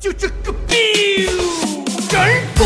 就这个 biu 人狗，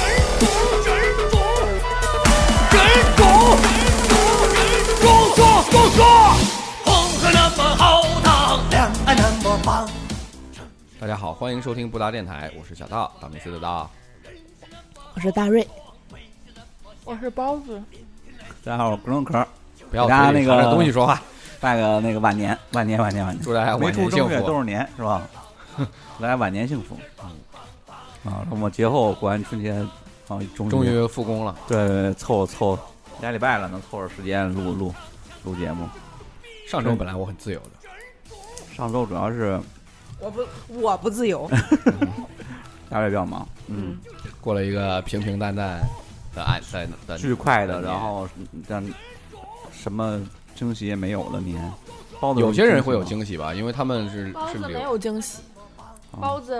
说，红河那么好烫，两岸那么棒。 大家好，欢迎收听布达电台，我是小道，道明寺的道。 我是大瑞， 我是包子。 大家好，我是格隆壳。 不要大家那个东西说话， 拜个那个晚年， 祝大家晚年幸福， 都是年是吧？大家晚年幸福。啊，我节后过完春节，啊，终于复工了。 对，凑俩礼拜了，能凑着时间录节目。 上周本来我很自由的， 上周主要是我不自由， 大家比较忙， 过了一个平平淡淡的巨快的，然后让什么惊喜也没有了年。包子有些人会有惊喜吧，因为他们是包子没有惊喜，包子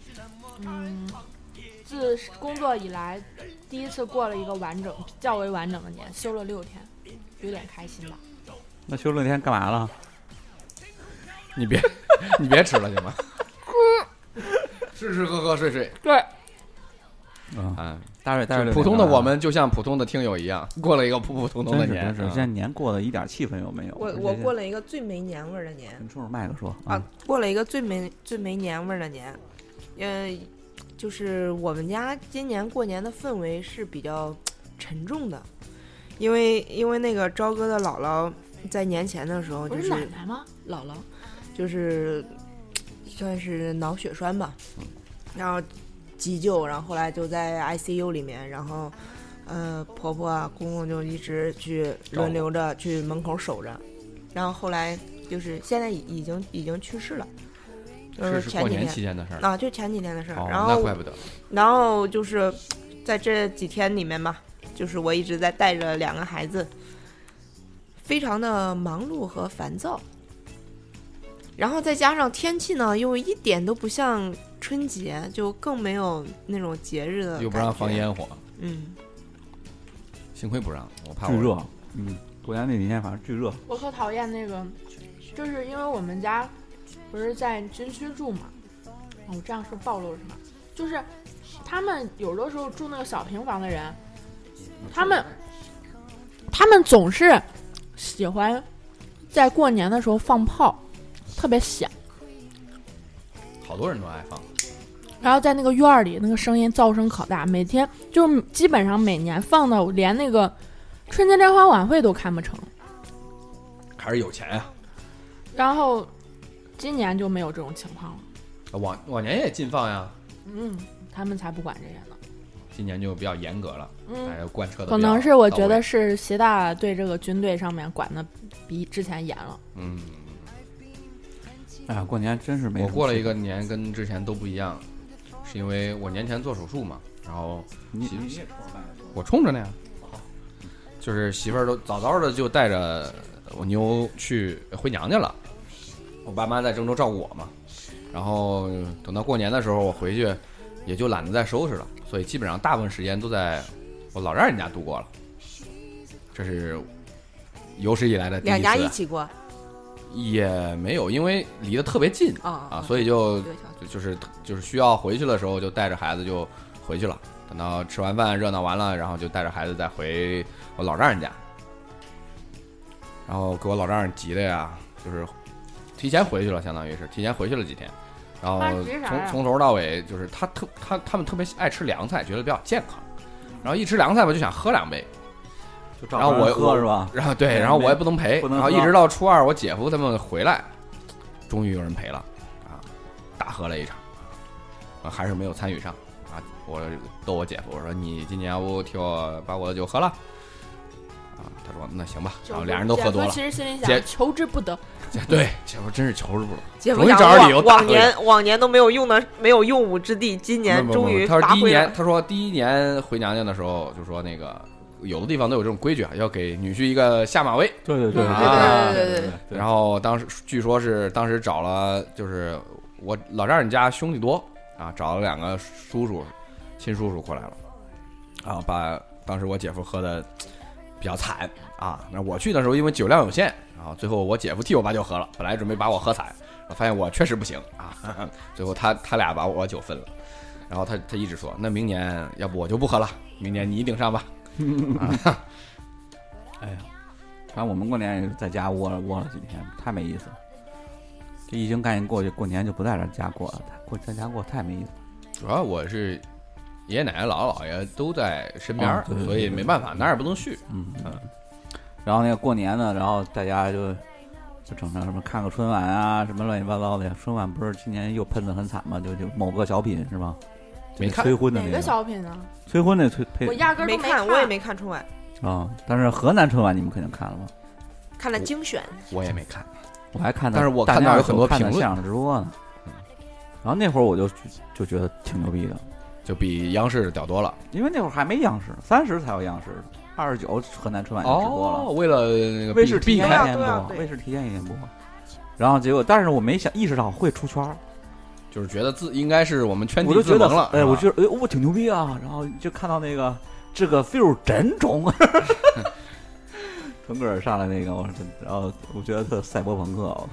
自工作以来第一次过了一个较为完整的年，休了6天，有点开心吧。 那休6天干嘛了？ 你别吃了行吗？吃喝睡。 对。 大瑞， 普通的我们就像普通的听友一样，过了一个普通的年。 现在年过得一点气氛有没有？ 我过了一个最没年味儿的年。 你冲着麦克说啊，过了一个最没年味儿的年。就是我们家今年过年的氛围是比较沉重的，因为那个朝哥的姥姥在年前的时候就是奶奶吗？ 姥姥就是算是脑血栓吧，然后急救，然后后来就在 ICU 里面，然后婆婆啊公公就一直去轮流着去门口守着，然后后来就是现在已经去世了。 是过年期间的事儿啊，就前几天的事儿。然后那怪不得。 然后就是在这几天里面吧，就是我一直在带着2个孩子，非常的忙碌和烦躁。然后再加上天气呢，又一点都不像春节，就更没有那种节日的感觉。 又不让放烟火。幸亏不让，我怕巨热。过年那几天反正巨热。 我可讨厌那个，就是因为我们家不是在军区住嘛，我这样是暴露了什么？就是他们有的时候住那个小平房的人，他们总是喜欢在过年的时候放炮，特别响， 好多人都爱放。 然后在那个院里，那个声音噪声可大，每天就是基本上每年放的，连那个春节联欢晚会都看不成。 还是有钱呀。 然后今年就没有这种情况了。 往年也禁放呀。 他们才不管这些呢。 今年就比较严格了，还有贯彻的。 可能是我觉得是习大对这个军队上面管的比之前严了。 哎呀，过年真是没。 我过了一个年跟之前都不一样，是因为我年前做手术嘛，然后我冲着那样，就是媳妇儿都早早的就带着我妞回娘家了。我爸妈在郑州照顾我嘛，然后等到过年的时候我回去也就懒得再收拾了，所以基本上大部分时间都在我老丈人家度过了。这是有史以来的第一次。 2家一起过？ 也没有，因为离得特别近所以就是需要回去的时候就带着孩子就回去了。等到吃完饭热闹完了，然后就带着孩子再回我老丈人家。然后给我老丈人急的呀，就是提前回去了，相当于是提前回去了几天，然后从头到尾就是他们特别爱吃凉菜，觉得比较健康，然后一吃凉菜吧就想喝2杯，然后我喝是吧？ 然后对，然后我也不能陪，然后一直到初2我姐夫他们回来，终于有人陪了大喝了一场，还是没有参与上我逗我姐夫，我说你今年要不替我把我的酒喝了他说那行吧，然后俩人都喝多了。 其实心里想求之不得。 对，姐夫真是求之不得。 姐夫想往年都没有用武之地，今年终于发挥了。 他说第一年回娘家的时候就说那个有的地方都有这种规矩要给女婿一个下马威。 对。 然后据说是当时找了，就是我老丈人家兄弟多找了2个亲叔叔过来了，然后把当时我姐夫喝的比较惨那我去的时候因为酒量有限，然后最后我姐夫替我把酒喝了，本来准备把我喝惨，然发现我确实不行啊，最后他俩把我酒分了，然后他一直说，那明年要不我就不喝了，明年你顶上吧。 哎呀，反正我们过年也是在家窝了几天，太没意思了。这疫情赶紧过去，过年就不在这家过了，在家过太没意思了。 主要我是爷爷奶奶姥姥姥爷都在身边， 对， 所以没办法，哪儿也不能去。 然后那个过年呢，然后大家就整成什么看个春晚啊，什么乱七八糟的。春晚不是今年又喷得很惨吗？就某个小品是吧？ 没看催婚的那哪个小品呢？ 催婚那我压根儿没看，我也没看春晚啊。但是河南春晚你们肯定看了吗？ 看了精选， 我也没看， 我还看到， 但是我看到有很多评论相声直播呢。然后那会儿我就觉得挺牛逼的， 就比央视屌多了， 因为那会儿还没央视，30才有央视，29河南春晚就直播了。 为了那个卫视提前避开一天播，卫视提前一天播。然后结果，但是我没意识到会出圈， 就是觉得应该是我们圈地我就觉得了， 哎，我觉得我挺牛逼啊。然后就看到那个这个 feel 真重，腾格尔上来那个，然后我觉得特赛博朋克，我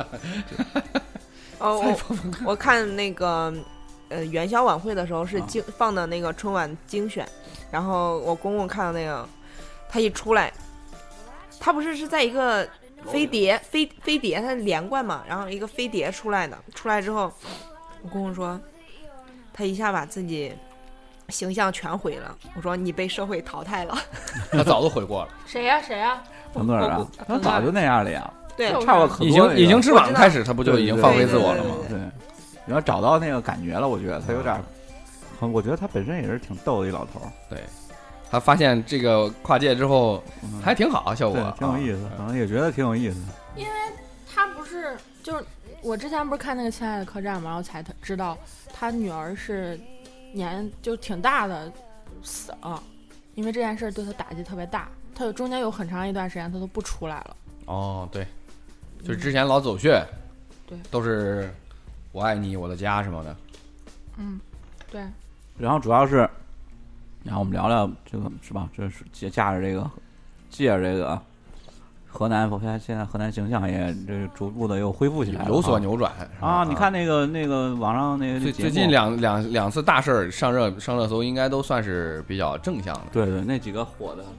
靠。我看那个元宵晚会的时候是放的那个春晚精选，然后我公公看到那个，他一出来，他不是在一个飞碟，它连贯嘛，然后一个飞碟出来之后，我公公说，他一下把自己形象全毁了。我说你被社会淘汰了。 他早都悔过了。 谁呀？ 腾格尔啊，他早就那样了呀。 对， 差不多已经翅膀开始，他不就已经放飞自我了吗？ 对，你要找到那个感觉了，我觉得他有点，我觉得他本身也是挺逗的一老头。 对，他发现这个跨界之后还挺好，效果挺有意思，可能也觉得挺有意思。 因为他不是就是我之前不是看那个《亲爱的客栈》嘛，然后才知道他女儿是年就挺大的死了，因为这件事对他打击特别大，他中间有很长一段时间他都不出来了。 哦，对。就是之前老走穴， 对， 都是我爱你我的家什么的， 对。 然后主要是，然后我们聊聊这个是吧？这是借着这个河南，我看现在河南形象也这逐步的又恢复起来了， 有所扭转啊！你看那个网上那个最近两次大事上热搜，应该都算是比较正向的。 对，那几个火的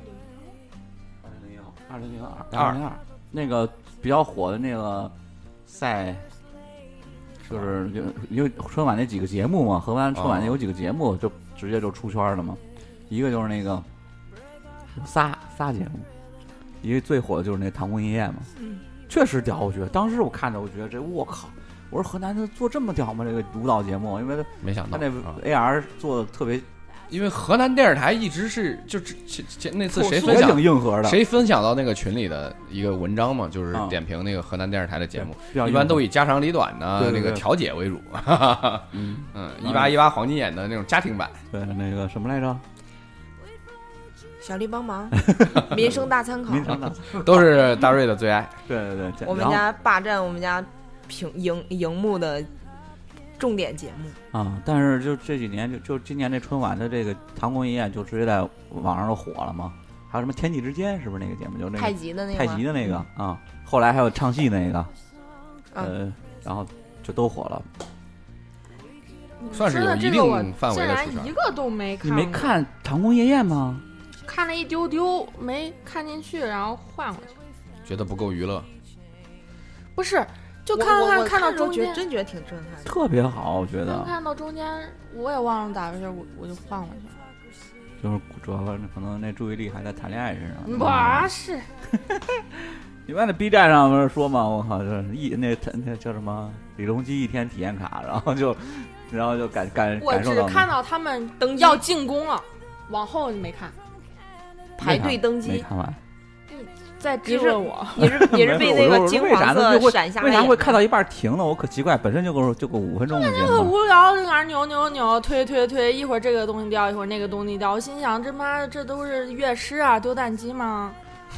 ，2002那个。比较火的那个赛，就是因为春晚那几个节目嘛，河南春晚有几个节目就直接就出圈了嘛。一个就是那个仨节目，一个最火的就是那唐宫夜宴嘛，确实屌。我觉得当时我看着，我觉得我靠，我说河南他做这么屌吗？这个舞蹈节目，因为没想到他那 AR 做的特别。 因为河南电视台一直是就是那次谁分享挺硬核的， 谁分享到那个群里的一个文章嘛，就是点评那个河南电视台的节目，一般都以家长里短的那个调解为主。1818黄金眼的那种家庭版。 对，那个什么来着？ 小丽帮忙，民生大参考， 都是大瑞的最爱。 对。 我们家霸占我们家荧幕的重点节目啊，但是就这几年，就今年这春晚的这个唐宫夜宴就直接在网上都火了嘛。还有什么天地之间，是不是那个节目？就那个太极的那个啊。后来还有唱戏那个，然后就都火了， 算是有一定范围的。 竟然一个都没看。 你没看唐宫夜宴吗？ 看了一丢丢，没看进去，然后换过去。 觉得不够娱乐？ 不是。就看到中间， 真觉得挺震撼的， 特别好，我觉得。 看到中间，我也忘了咋回事，我就换过去了。 就是主要可能那注意力还在谈恋爱身上。 不是。 你看那 B 站上不是说嘛，我靠，就是那叫什么李隆基1天体验卡，然后就感受到。 我只看到他们要进攻了，往后就没看。 排队登机没看完。 在质问我， 你是被那个金黄色闪瞎了？ 为啥会看到一半停了？我可奇怪，本身就够5分钟的节目。 那个无聊，在那扭，推，一会儿这个东西掉，一会儿那个东西掉。我心想，这妈的这都是乐师啊，丢蛋机吗？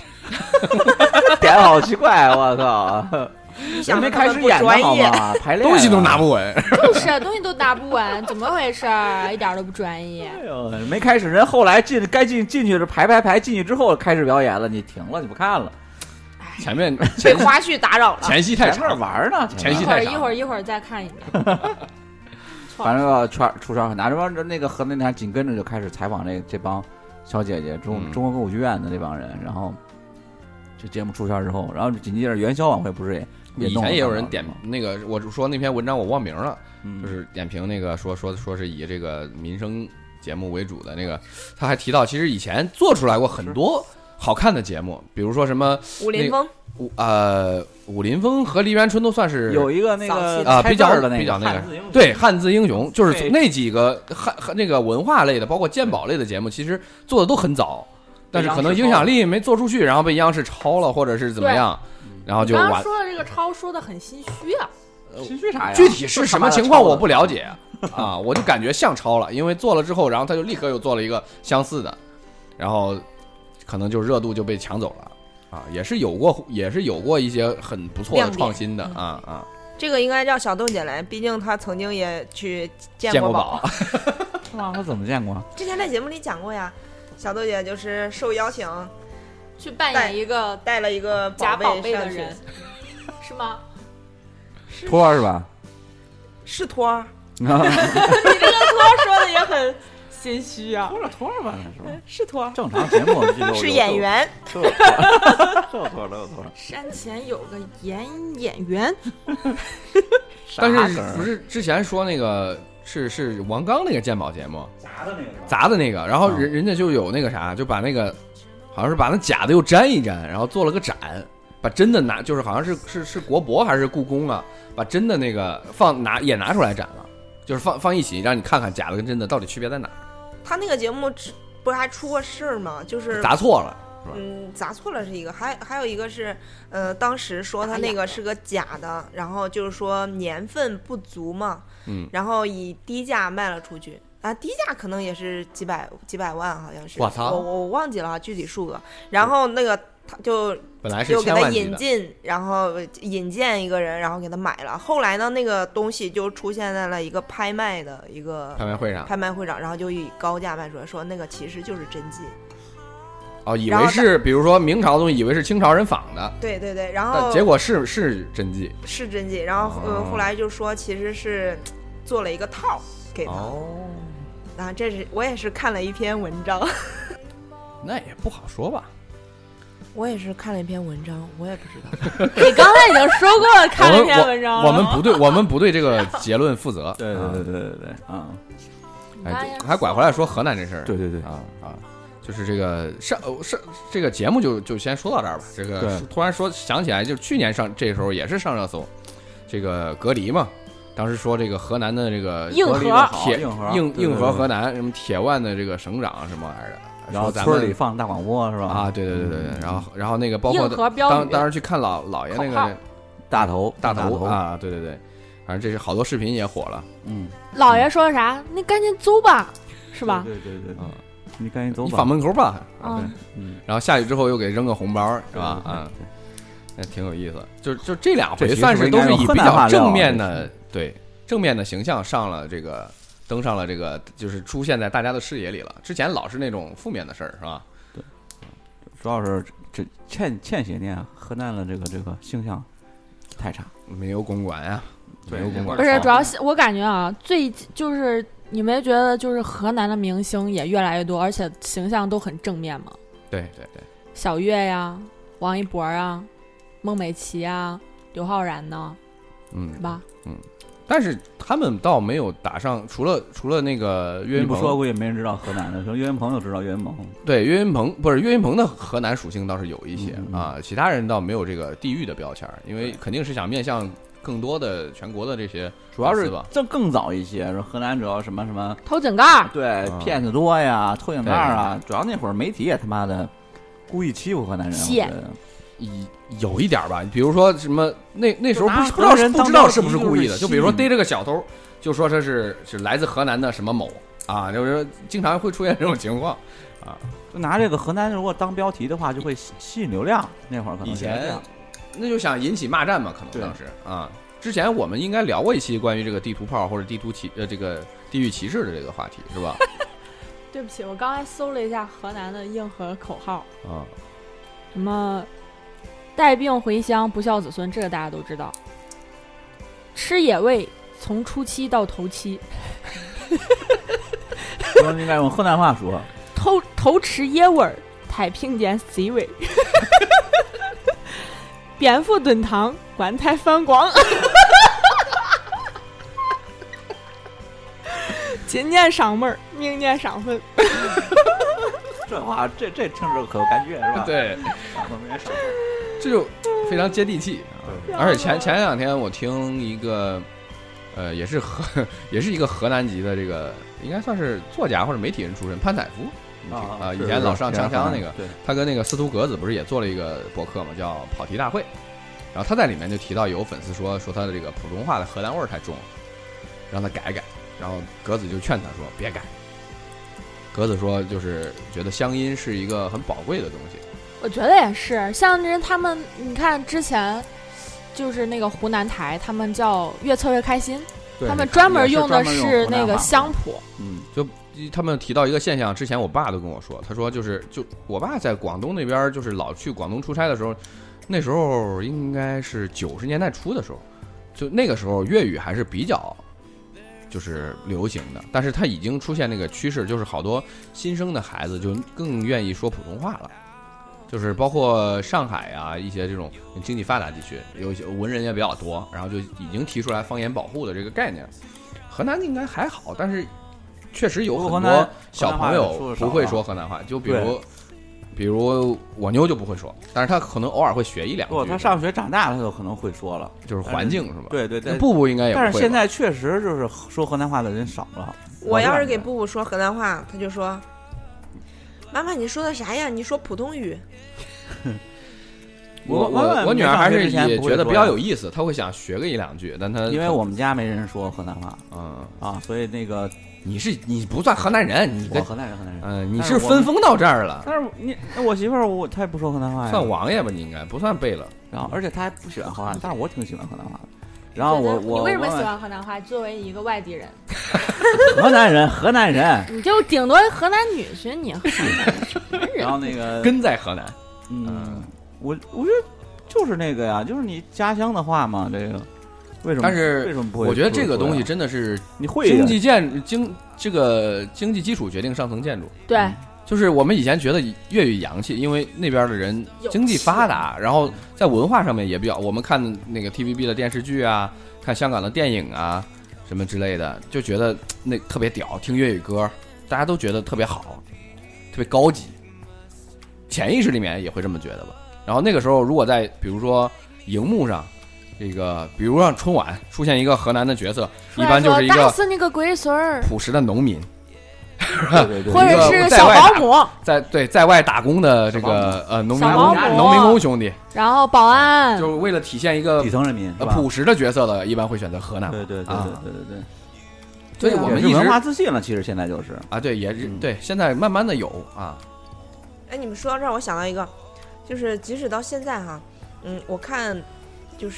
点好奇怪，我靠！人没开始演的好吗？排练东西都拿不稳， 就是东西都拿不稳，怎么回事？一点都不专业。 哎呦，没开始，人后来该进去是排，进去之后开始表演了，你停了，你不看了。 哎， 前面被花絮打扰了， 前戏太长玩呢， 前戏太长， 一会儿再看一遍。 反正出圈很大，这帮那个河南台紧跟着就开始采访这帮小姐姐，中国歌舞剧院的那帮人，然后这节目出圈之后，然后紧接着元宵晚会不是也以前也有人点那个，我说那篇文章我忘名了，就是点评那个说是以这个民生节目为主的那个，他还提到其实以前做出来过很多好看的节目，比如说什么武林风。 武林风和梨园春都算是有一个那个比较那个对汉字英雄，就是那几个那个文化类的，包括鉴宝类的节目，其实做的都很早，但是可能影响力没做出去，然后被央视抄了，或者是怎么样，然后就刚刚说的这个抄说的很心虚啊， 心虚啥呀？ 具体是什么情况我不了解啊，我就感觉像抄了，因为做了之后，然后他就立刻又做了一个相似的，然后可能就热度就被抢走了。啊，也是有过一些很不错的创新的啊。 这个应该叫小豆姐来，毕竟她曾经也去见过宝。 哇，她怎么见过？ 之前在节目里讲过呀，小豆姐就是受邀请去扮演一个带了一个假宝贝的人，是吗？ 托是吧？ 是托。 你这个托说的也很。心虚啊， 托吧， 是托。 正常节目是演员， 都有托。 山前有个演员， 但是不是之前说那个是王刚那个鉴宝节目砸的那个，然后人家就有那个啥，就把那个好像是把那假的又粘一粘，然后做了个展，把真的就是好像是国博还是故宫啊，把真的那个也拿出来展了，就是放一起，让你看看假的跟真的到底区别在哪。 他那个节目不是还出过事儿吗？就是砸错了，是吧？ 砸错了是一个，还有一个是，当时说他那个是个假的，然后就是说年份不足嘛，然后以低价卖了出去啊，低价可能也是几百万，好像是， 我操， 我忘记了具体数额，然后那个。他就本来是就给他引进，然后引荐一个人，然后给他买了。后来呢，那个东西就出现在了一个拍卖的一个拍卖会上， 然后就以高价卖出来，说那个其实就是真迹。 哦，以为是比如说明朝的东西，以为是清朝人仿的。 对，然后结果是真迹， 是真迹。然后后来就说其实是做了一个套给他。哦，啊，我也是看了一篇文章。 那也不好说吧。 我也是看了一篇文章，我也不知道。 你刚才已经说过了，看了一篇文章了。 我们不对这个结论负责。 对啊！ 还拐回来说河南这事儿。 对啊，就是这个这个节目就先说到这儿吧。这个突然想起来，就去年这时候也是上热搜，这个隔离嘛。当时说这个河南的这个硬核河南什么铁腕的这个省长什么玩意儿的。 然后村里放大广播是吧？ 啊，对，然后那个包括当时去看老爷那个大头啊，对，反正这是好多视频也火了。 老爷说啥？你赶紧走吧，是吧？ 对，你赶紧走吧， 你放门口吧。 嗯， 然后下去之后又给扔个红包，是吧？啊，那挺有意思。就这两回算是都是以比较正面的形象上了这个。登上了这个，就是出现在大家的视野里了。之前老是那种负面的事儿，是吧？ 对，主要是这前些年河南的这个形象太差， 没有公关呀，没有公关。 不是，主要我感觉啊，就是你没觉得就是河南的明星也越来越多，而且形象都很正面吗？ 对， 小岳呀，王一博啊，孟美岐啊，刘昊然呢，是吧？ 但是他们倒没有打上，除了那个岳云鹏， 你不说估计没人知道河南的，说岳云鹏就知道岳云鹏。 对，岳云鹏的河南属性倒是有一些啊，其他人倒没有这个地域的标签，因为肯定是想面向更多的全国的这些， 主要是这更早一些，说河南主要什么偷井盖， 对，骗子多呀，偷井盖啊，主要那会儿媒体也他妈的故意欺负河南人。 有一点吧，比如说什么那时候不知道是不是故意的，就比如说逮这个小偷，就说这是来自河南的什么某啊，就是经常会出现这种情况啊。 就拿这个河南如果当标题的话，就会吸引流量。那会儿可能以前那就想引起骂战嘛，可能当时啊。之前我们应该聊过一期关于这个地图炮或者这个地域歧视的这个话题，是吧？ 对不起，我刚才搜了一下河南的硬核口号啊， 什么带病回乡，不孝子孙，这个大家都知道。吃野味，从初七到头七。 我应该用河南话说。 偷吃野味儿，太平间 C 位。蝙蝠炖汤，棺材反光。今年上门，明年上坟。 这话这听着可有感觉是吧？ 对，这就非常接地气。而且前两天我听一个，也是一个河南籍的这个，应该算是作家或者媒体人出身，潘采夫以前老上锵锵那个，他跟那个司徒格子不是也做了一个博客嘛，叫跑题大会。然后他在里面就提到有粉丝说他的这个普通话的河南味儿太重了，让他改改。然后格子就劝他说别改。格子说就是觉得乡音是一个很宝贵的东西。 我觉得也是，像人他们，你看之前就是那个湖南台，他们叫越策越开心，他们专门用的是那个乡谱。 就他们提到一个现象，之前我爸都跟我说，他说就我爸在广东那边，就是老去广东出差的时候，那时候应该是90年代初的时候，就那个时候粤语还是比较就是流行的，但是它已经出现那个趋势，就是好多新生的孩子就更愿意说普通话了，就是包括上海啊一些这种经济发达地区，有些文人也比较多，然后就已经提出来方言保护的这个概念。河南应该还好，但是确实有很多小朋友不会说河南话，就比如我妞就不会说，但是他可能偶尔会学1-2句。 不，他上学长大了，他就可能会说了， 就是环境是吧？ 对对对， 布布应该也不会。 但是现在确实就是说河南话的人少了。 我要是给布布说河南话，他就说：“妈妈，你说的啥呀？你说普通语。” 我女儿还是也觉得比较有意思，她会想学个1-2句，但她因为我们家没人说河南话，所以那个。 你不算河南人， 我河南人， 你是分封到这儿了。 但是我媳妇儿她也不说河南话呀， 算王爷吧，你应该不算贝勒。 然后而且她还不喜欢河南，但是我挺喜欢河南话的。然后你为什么喜欢河南话？作为一个外地人， 河南人， 你就顶多河南女婿，你河南人。 然后那个根在河南， 我觉得就是那个呀，就是你家乡的话嘛，这个。 但是为什么不会？ 我觉得这个东西真的是你会这个经济基础决定上层建筑。 对， 就是我们以前觉得粤语洋气，因为那边的人经济发达，然后在文化上面也比较，我们看那个 TVB 的电视剧啊，看香港的电影啊什么之类的，就觉得那特别屌，听粤语歌大家都觉得特别好，特别高级，潜意识里面也会这么觉得吧。然后那个时候如果在比如说荧幕上这个比如让春晚出现一个河南的角色，一般就是一个打死你个龟孙儿， 朴实的农民， 对， 或者是小保姆， 在外打工的这个农民工兄弟， 然后保安， 就是为了体现一个底层人民朴实的角色的，一般会选择河南。 对。 所以我们一直文化自信了，其实现在就是对，也是对，现在慢慢的有啊。 哎，你们说到这儿，我想到一个，就是即使到现在哈，我看。就是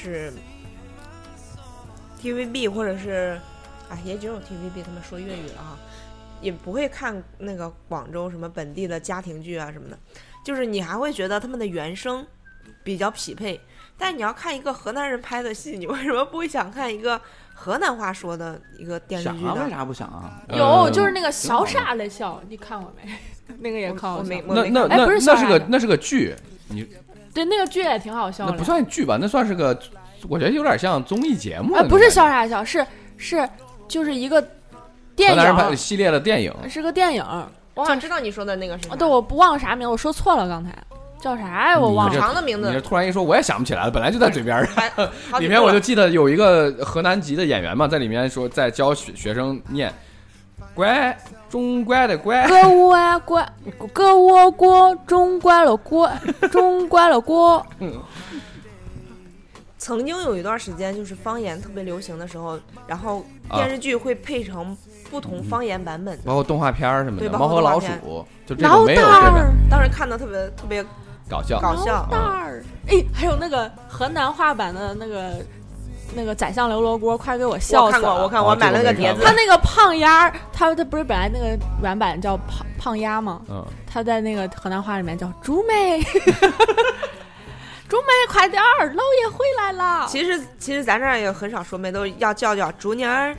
TVB 或者是也只有 TVB 他们说粤语了哈，也不会看那个广州什么本地的家庭剧啊什么的，就是你还会觉得他们的原声比较匹配，但你要看一个河南人拍的戏，你为什么不会想看一个河南话说的一个电视剧呢？ 为啥不想啊？ 有，就是那个小傻的笑，你看过没？那个也看过， 那是个剧，你。 对，那个剧也挺好笑的。 那不算剧吧，那算是个，我觉得有点像综艺节目。 不是笑啥笑，是就是一个电影系列的电影， 是个电影。 我好像知道你说的那个是啥。 对，我不忘啥名，我说错了，刚才叫啥呀？我忘了。 长的名字。 你突然一说，我也想不起来了，本来就在嘴边儿。里面我就记得有一个河南籍的演员嘛，在里面说在教学生念。乖，中乖的乖， 哥我乖，哥我过，中乖了过，中乖了过。 曾经有一段时间，就是方言特别流行的时候，然后电视剧会配成不同方言版本的， 包括动画片什么的， 对， 猫和老鼠，就这个没有这个。 当时看的特别搞笑。 还有那个河南话版的那个宰相刘罗锅，快给我笑死了！ 我看我买了那个碟子。 他那个胖丫，他不是本来那个原版叫胖丫吗？他在那个河南话里面叫猪妹。 中梅快点儿，老爷回来了。 其实咱这儿也很少说梅，都要叫猪妮儿，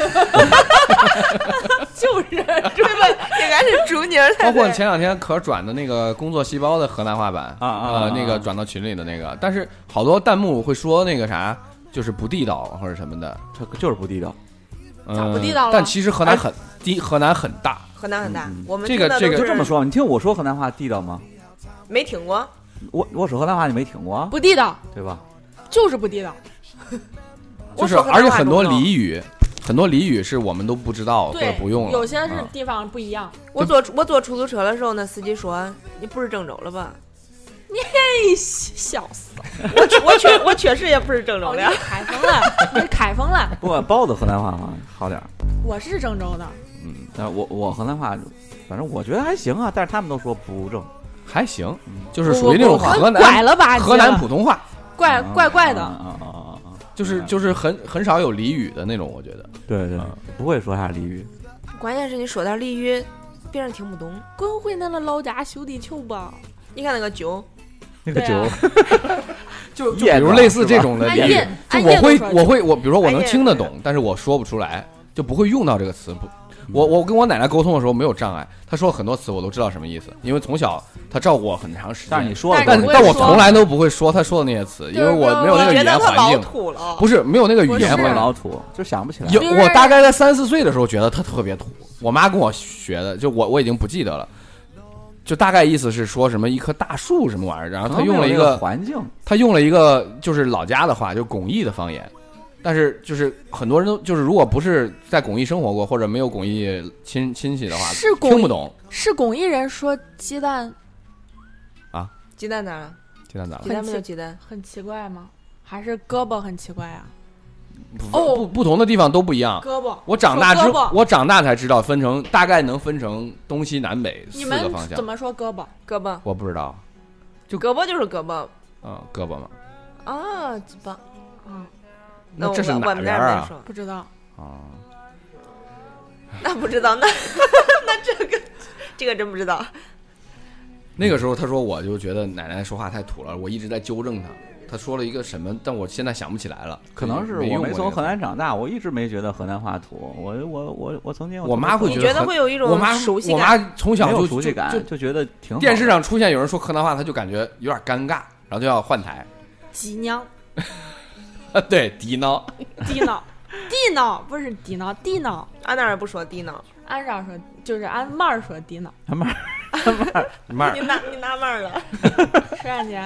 就是对吧？应该是猪妮儿。 包括前两天可转的那个工作细胞的河南话版那个转到群里的那个，但是好多弹幕会说那个啥，就是不地道或者什么的， 这就是不地道。 咋不地道了？ 但其实河南河南很大， 河南很大。我们这个就这么说，你听我说河南话地道吗？ 没听过。 我说河南话你没听过？ 不地道， 对吧？ 就是不地道。 就是而且很多俚语是我们都不知道或者不用了， 有些是地方不一样。 我坐出租车的时候呢，司机说：“你不是郑州了吧？” 你嘿，笑死了！我确实也不是郑州的。 你开封了，你开封了。 不过包子河南话好点。 我是郑州的。 但我河南话，反正我觉得还行啊，但是他们都说不正。 还行，就是属于那种河南拐了吧， 河南普通话， 怪的， 就是很少有俚语的那种，我觉得。 对，不会说啥俚语。 关键是你说点俚语，别人听不懂。 滚回那个老家修地球吧！ 你看那个酒， 那个酒， 就比如类似这种的俚语，就我比如说我能听得懂，但是我说不出来，就不会用到这个词。我跟我奶奶沟通的时候没有障碍，她说很多词我都知道什么意思，因为从小她照顾我很长时间。 但是你说了， 但我从来都不会说她说的那些词，因为我没有那个语言环境。不是没有那个语言环境， 老土就想不起来。 我大概在3、4岁的时候觉得她特别土，我妈跟我学的，就我已经不记得了。就大概意思是说什么一棵大树什么玩意儿，然后她用了一个环境， 她用了一个就是老家的话，就巩义的方言。但是就是很多人都就是如果不是在巩义生活过或者没有巩义亲戚的话，听不懂。 是巩义人说鸡蛋啊？ 鸡蛋咋了？ 鸡蛋咋了？ 鸡蛋没有鸡蛋， 很奇怪吗？还是胳膊很奇怪啊？ 不同的地方都不一样。 胳膊， 我长大才知道大概能分成东西南北4个方向。 你们怎么说胳膊？ 胳膊我不知道， 就胳膊就是胳膊。 胳膊嘛。 啊，鸡巴。 那这是哪边啊？ 不知道啊。 那不知道，那这个真不知道。 那个时候他说，我就觉得奶奶说话太土了，我一直在纠正他。他说了一个什么，但我现在想不起来了。 可能是我没从河南长大，我一直没觉得河南话土。我曾经我妈会觉得会有一种熟悉感。我妈从小就熟悉感，就觉得挺好。 电视上出现有人说河南话，他就感觉有点尴尬，然后就要换台。 鸡娘。 对，低孬不是低孬， 俺那儿不说低孬， 俺这儿说就是俺妹儿说低孬， 俺妹儿，你拿妹儿了 ，12年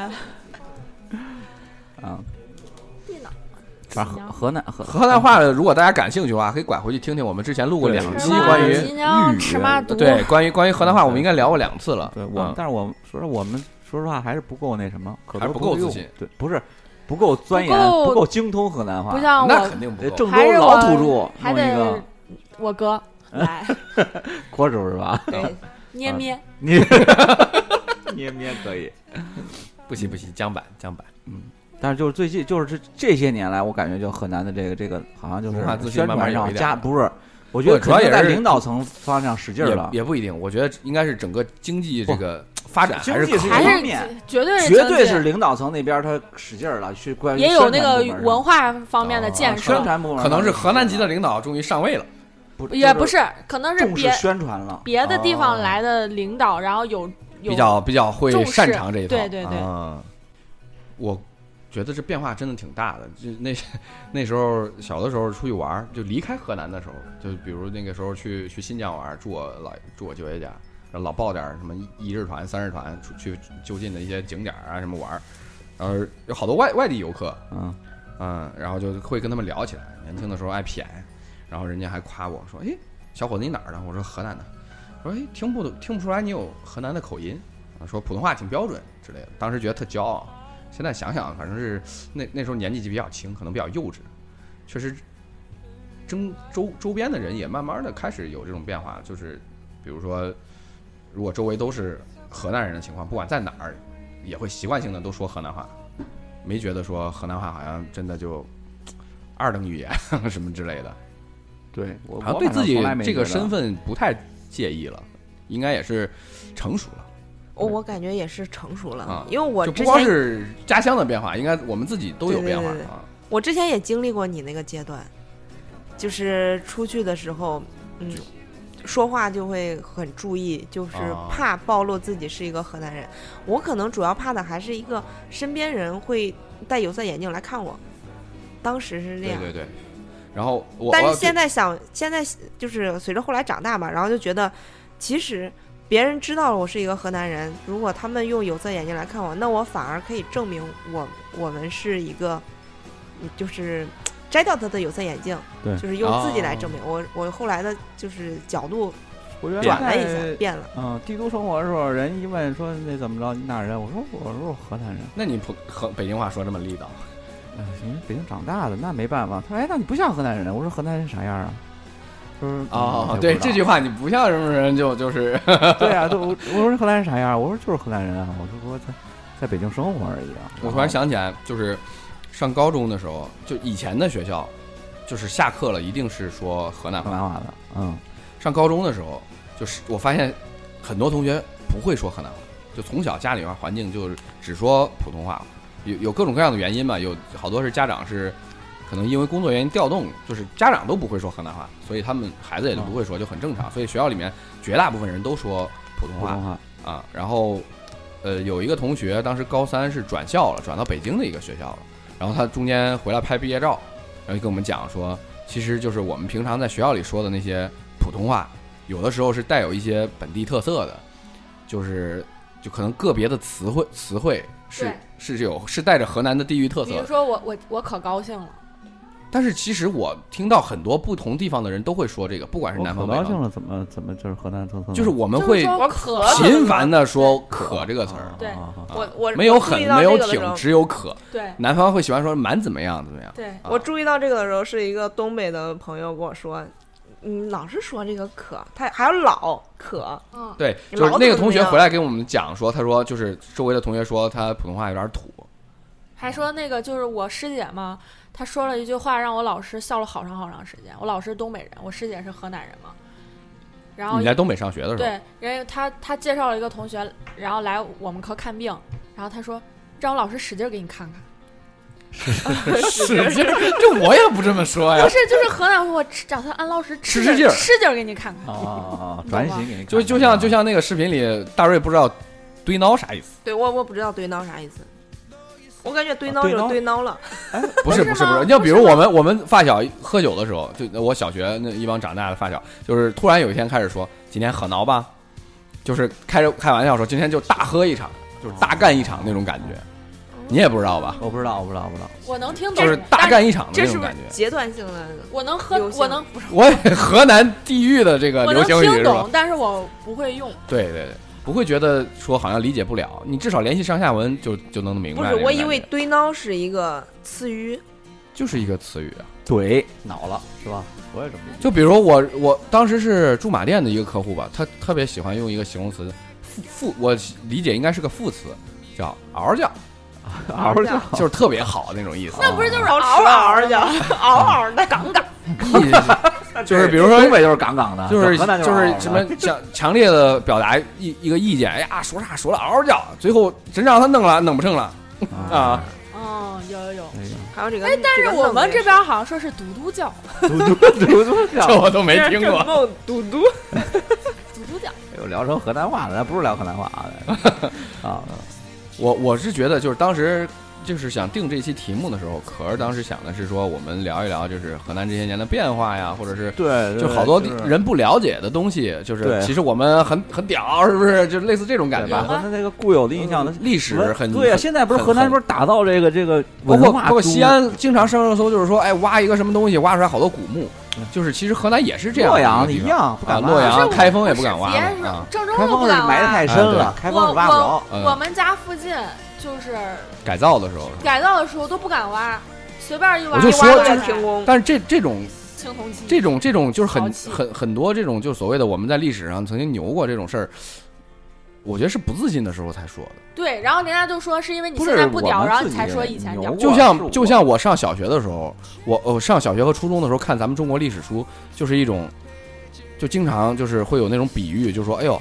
啊， 低孬。 反正河南话，如果大家感兴趣的话，可以拐回去听听我们之前录过2期关于豫语， 对，关于河南话，我们应该聊过2次了。 对，但是我们说实话还是不够那什么， 还是不够自信。 对，不是。不够钻研，不够精通河南话， 不像我， 那肯定不够。 郑州老土著， 还得我哥来， 国手是吧？ 对， 捏咩可以， 不行，姜板。 但是就是最近就是这些年来，我感觉就河南的这个好像就是宣传上加不是。我觉得主要也是在领导层方向使劲了， 也不一定。我觉得应该是整个经济这个发展还是一方面， 绝对是领导层那边他使劲了，去关于也有那个文化方面的建设。 宣传部门可能是河南籍的领导终于上位了， 也不是，可能是宣传了别的地方来的领导，然后有比较会擅长这一套。 对， 我觉得这变化真的挺大的。就那时候小的时候出去玩，就离开河南的时候，就比如那个时候去新疆玩，住我舅爷家，然后老报点什么1日团、3日团去就近的一些景点啊什么玩，然后有好多外地游客，然后就会跟他们聊起来。年轻的时候爱谝，然后人家还夸我说：“哎，小伙子你哪儿的？”我说：“河南的。”说：“哎，听不出来你有河南的口音啊？说普通话挺标准之类的。”当时觉得特骄傲。现在想想，反正是那时候年纪就比较轻，可能比较幼稚，确实，周边的人也慢慢的开始有这种变化，就是比如说，如果周围都是河南人的情况，不管在哪儿，也会习惯性的都说河南话，没觉得说河南话好像真的就2等语言什么之类的。 对， 好像对自己这个身份不太介意了，应该也是成熟了。 我感觉也是成熟了，因为我就不光是家乡的变化，应该我们自己都有变化啊。 我之前也经历过你那个阶段，就是出去的时候，说话就会很注意，就是怕暴露自己是一个河南人。我可能主要怕的还是一个身边人会戴有色眼镜来看我，当时是这样。 对对对。然后但是现在就是随着后来长大嘛，然后就觉得其实别人知道了我是一个河南人，如果他们用有色眼镜来看我，那我反而可以证明我们是一个，就是摘掉他的有色眼镜， 对， 就是用自己来证明。我后来的就是角度转了一下，变了。 帝都生活的时候，人一问说那怎么着，你哪人？我说河南人。 那你北京话说这么地道？ 行，北京长大的那没办法。他说：“哎，那你不像河南人。”我说：“河南人啥样啊？”说对，这句话你不像什么人就是对啊，我说河南人啥样？我说就是河南人啊，我就说在北京生活而已啊。 我突然想起来，就是上高中的时候，就以前的学校，就是下课了一定是说河南话的。 上高中的时候，就是我发现很多同学不会说河南话，就从小家里面环境就是只说普通话。有各种各样的原因嘛，有好多是家长是可能因为工作原因调动，就是家长都不会说河南话，所以他们孩子也就不会说，就很正常。所以学校里面绝大部分人都说普通话啊。然后有一个同学当时高3是转校了，转到北京的一个学校了，然后他中间回来拍毕业照，然后就跟我们讲说，其实就是我们平常在学校里说的那些普通话，有的时候是带有一些本地特色的，就可能个别的词汇是带着河南的地域特色的。 比如说我可高兴了， 但是其实我听到很多不同地方的人都会说这个，不管是南方北方。 可高兴了怎么就是河南特色？ 就是我们会频繁的说可这个词儿。 对， 我没有很没有挺，只有可。 对， 南方会喜欢说蛮怎么样怎么样。 对， 我注意到这个的时候，是一个东北的朋友跟我说。老是说这个可，他还有老可， 对，就是那个同学回来跟我们讲说，他说就是周围的同学说他普通话有点土， 还说那个就是我师姐嘛，她说了一句话让我老师笑了好长时间。我老师东北人，我师姐是河南人嘛。然后你在东北上学的时候， 对，然后他介绍了一个同学，然后来我们科看病，然后他说让我老师使劲给你看看。 使劲，这我也不这么说呀。 不是，就是河南话，我找他安老师使劲给你看看。 转型给你看。 就像那个视频里，大瑞不知道堆孬啥意思。 对，我不知道堆孬啥意思。我感觉堆孬就是堆孬了。 不是，你要比如我们发小喝酒的时候，就我小学那一帮长大的发小，就是突然有一天开始说今天喝孬吧，就是开玩笑说今天就大喝一场，就是大干一场那种感觉。你也不知道吧？ 我不知道。 我能听懂， 就是大干一场的那种感觉。 阶段性的， 我能喝，我能不是。 我河南地域的这个流行语是吧？我能听懂， 但是我不会用。 对，不会觉得说好像理解不了，你至少联系上下文就能明白。 不是，我以为堆孬是一个词语， 就是一个词语啊。 怼恼了是吧？我也这么理解。 就比如我当时是驻马店的一个客户吧，他特别喜欢用一个形容词，我理解应该是个副词，叫嗷叫。 嗷叫就是特别好那种意思， 那不是就是嗷嗷叫，嗷嗷的杠杠， 就是比如说东北就是杠杠的， 就是什么强烈的表达一个意见，哎呀说啥说了嗷嗷叫，最后真让他弄不成了啊。 有， 还有这个， 但是我们这边好像说是嘟嘟叫， 嘟嘟叫， 这我都没听过。 嘟嘟叫， 又聊成河南话了，不是聊河南话的啊。 我是觉得，就是当时就是想定这期题目的时候，可是当时想的是说，我们聊一聊就是河南这些年的变化呀，或者是对， 就好多人不了解的东西，就是其实我们很屌，是不是？就类似这种感觉。 和他那个固有的印象的历史很对啊。现在不是河南不是打造这个包括西安经常上热搜，就是说，哎，挖一个什么东西，挖出来好多古墓。就是其实河南也是这样， 洛阳一样不敢挖， 洛阳、开封也不敢挖啊。郑州开封是埋得太深了，开封是挖不着。 我们家附近就是改造的时候都不敢挖，随便一挖。 我就说停工。 但是这种青铜器， 这种就是很多这种就所谓的我们在历史上曾经牛过这种事儿，我觉得是不自信的时候才说的。 对，然后人家就说是因为你现在不屌，然后你才说以前屌。 就像我上小学的时候，我上小学和初中的时候看咱们中国历史书，就是一种，就经常就是会有那种比喻，就是说，哎呦，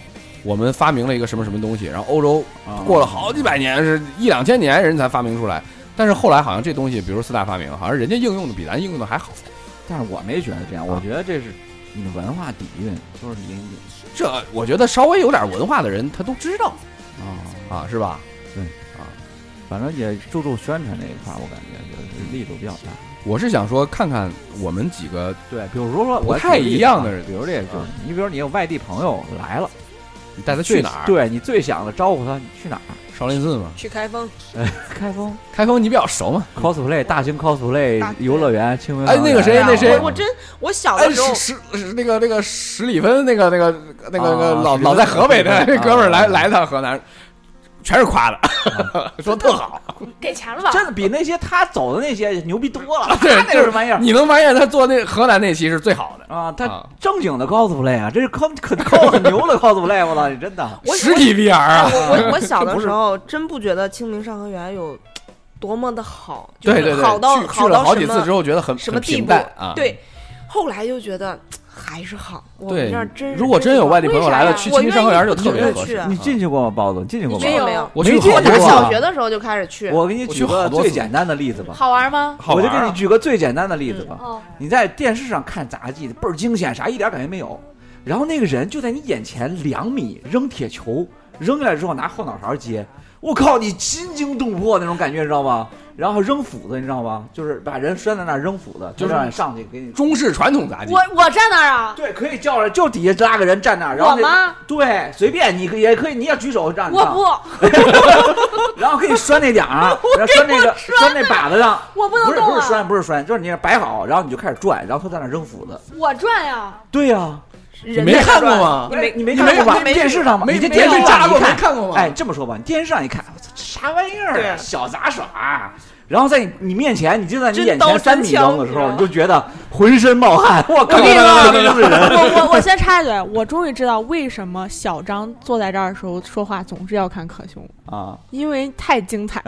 我们发明了一个什么什么东西，然后欧洲过了好几百年，是1-2千年人才发明出来，但是后来好像这东西，比如4大发明，好像人家应用的比咱应用的还好。 但是我没觉得这样，我觉得这是你的文化底蕴，就是你这我觉得稍微有点文化的人他都知道是吧？ 对反正也注重宣传这一块，我感觉就是力度比较大。我是想说，看看我们几个对，比如说不太一样的人， 比如这就是你，比如你有外地朋友来了， 你带他去哪儿？ 对你最想的招呼他去哪儿？ 少林寺吗？ 去开封。 开封你比较熟嘛 ？cosplay 大型 cosplay 游乐园，清明。 那个谁， 我小的时候那个史里芬那个老在河北的那哥们儿来趟河南。全是夸的，说特好， 给钱了吧？ 真的比那些他走的那些牛逼多了。 对， 那是玩意儿， 你能发现他做那河南那期是最好的啊！他正经的 cosplay 啊，这是很牛的 cosplay， 我操，你真的实体 VR 啊！ 我小的时候真不觉得清明上河园有多么的好， 对， 好到去了好几次之后觉得很什么平淡啊。 对，后来就觉得。还是好， 对，如果真有外地朋友来了，去清明上河园就特别合适。 你进去过吗，包子？你进去过吗？ 没有， 我去好多次。小学的时候就开始去。 我给你举个最简单的例子吧。 好玩吗？ 我就给你举个最简单的例子吧。你在电视上看杂技，倍儿惊险，啥一点感觉没有。然后那个人就在你眼前2米扔铁球，扔下来之后拿后脑勺接，我靠，你心惊动魄那种感觉，你知道吗？然后扔斧子，你知道吗？就是把人拴在那儿扔斧子，就是让你上去给你中式传统杂技。 我站那儿啊？ 对，可以叫着，就底下拉个人站那儿。然后我吗？ 对，随便你也可以，你要举手让你上。 我不。然后给你拴那点儿，然后拴那个拴那把子上。 我不能动啊！ 不是拴，就是你摆好，然后你就开始转，然后他在那扔斧子。 我转呀。 对呀。 你没看过吗？ 你没看过吧？电视上吗？你这电视上没看过吗？ 哎，这么说吧，你电视上一看，我操，这啥玩意儿啊？小杂耍。然后在你面前，你就在你眼前3米扔的时候，你就觉得浑身冒汗。我靠！ 我先插一嘴，我终于知道为什么小张坐在这儿的时候说话总是要看可熊啊， 因为太精彩。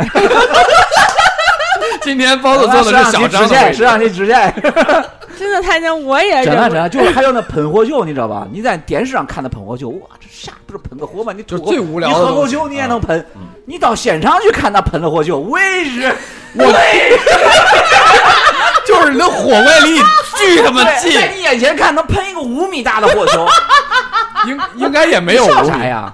今天包子做的是小张的， 是让你直线。 真的太精，我也真就是还有那喷火秀，你知道吧？你在电视上看的喷火秀，哇，这啥不是喷个火吗？你就最无聊的。 你喝口酒你也能喷，你到现场去看那喷的火秀， 就是你的火怪力巨他妈近， 在你眼前看能喷一个5米大的火球， 应该也没有啥呀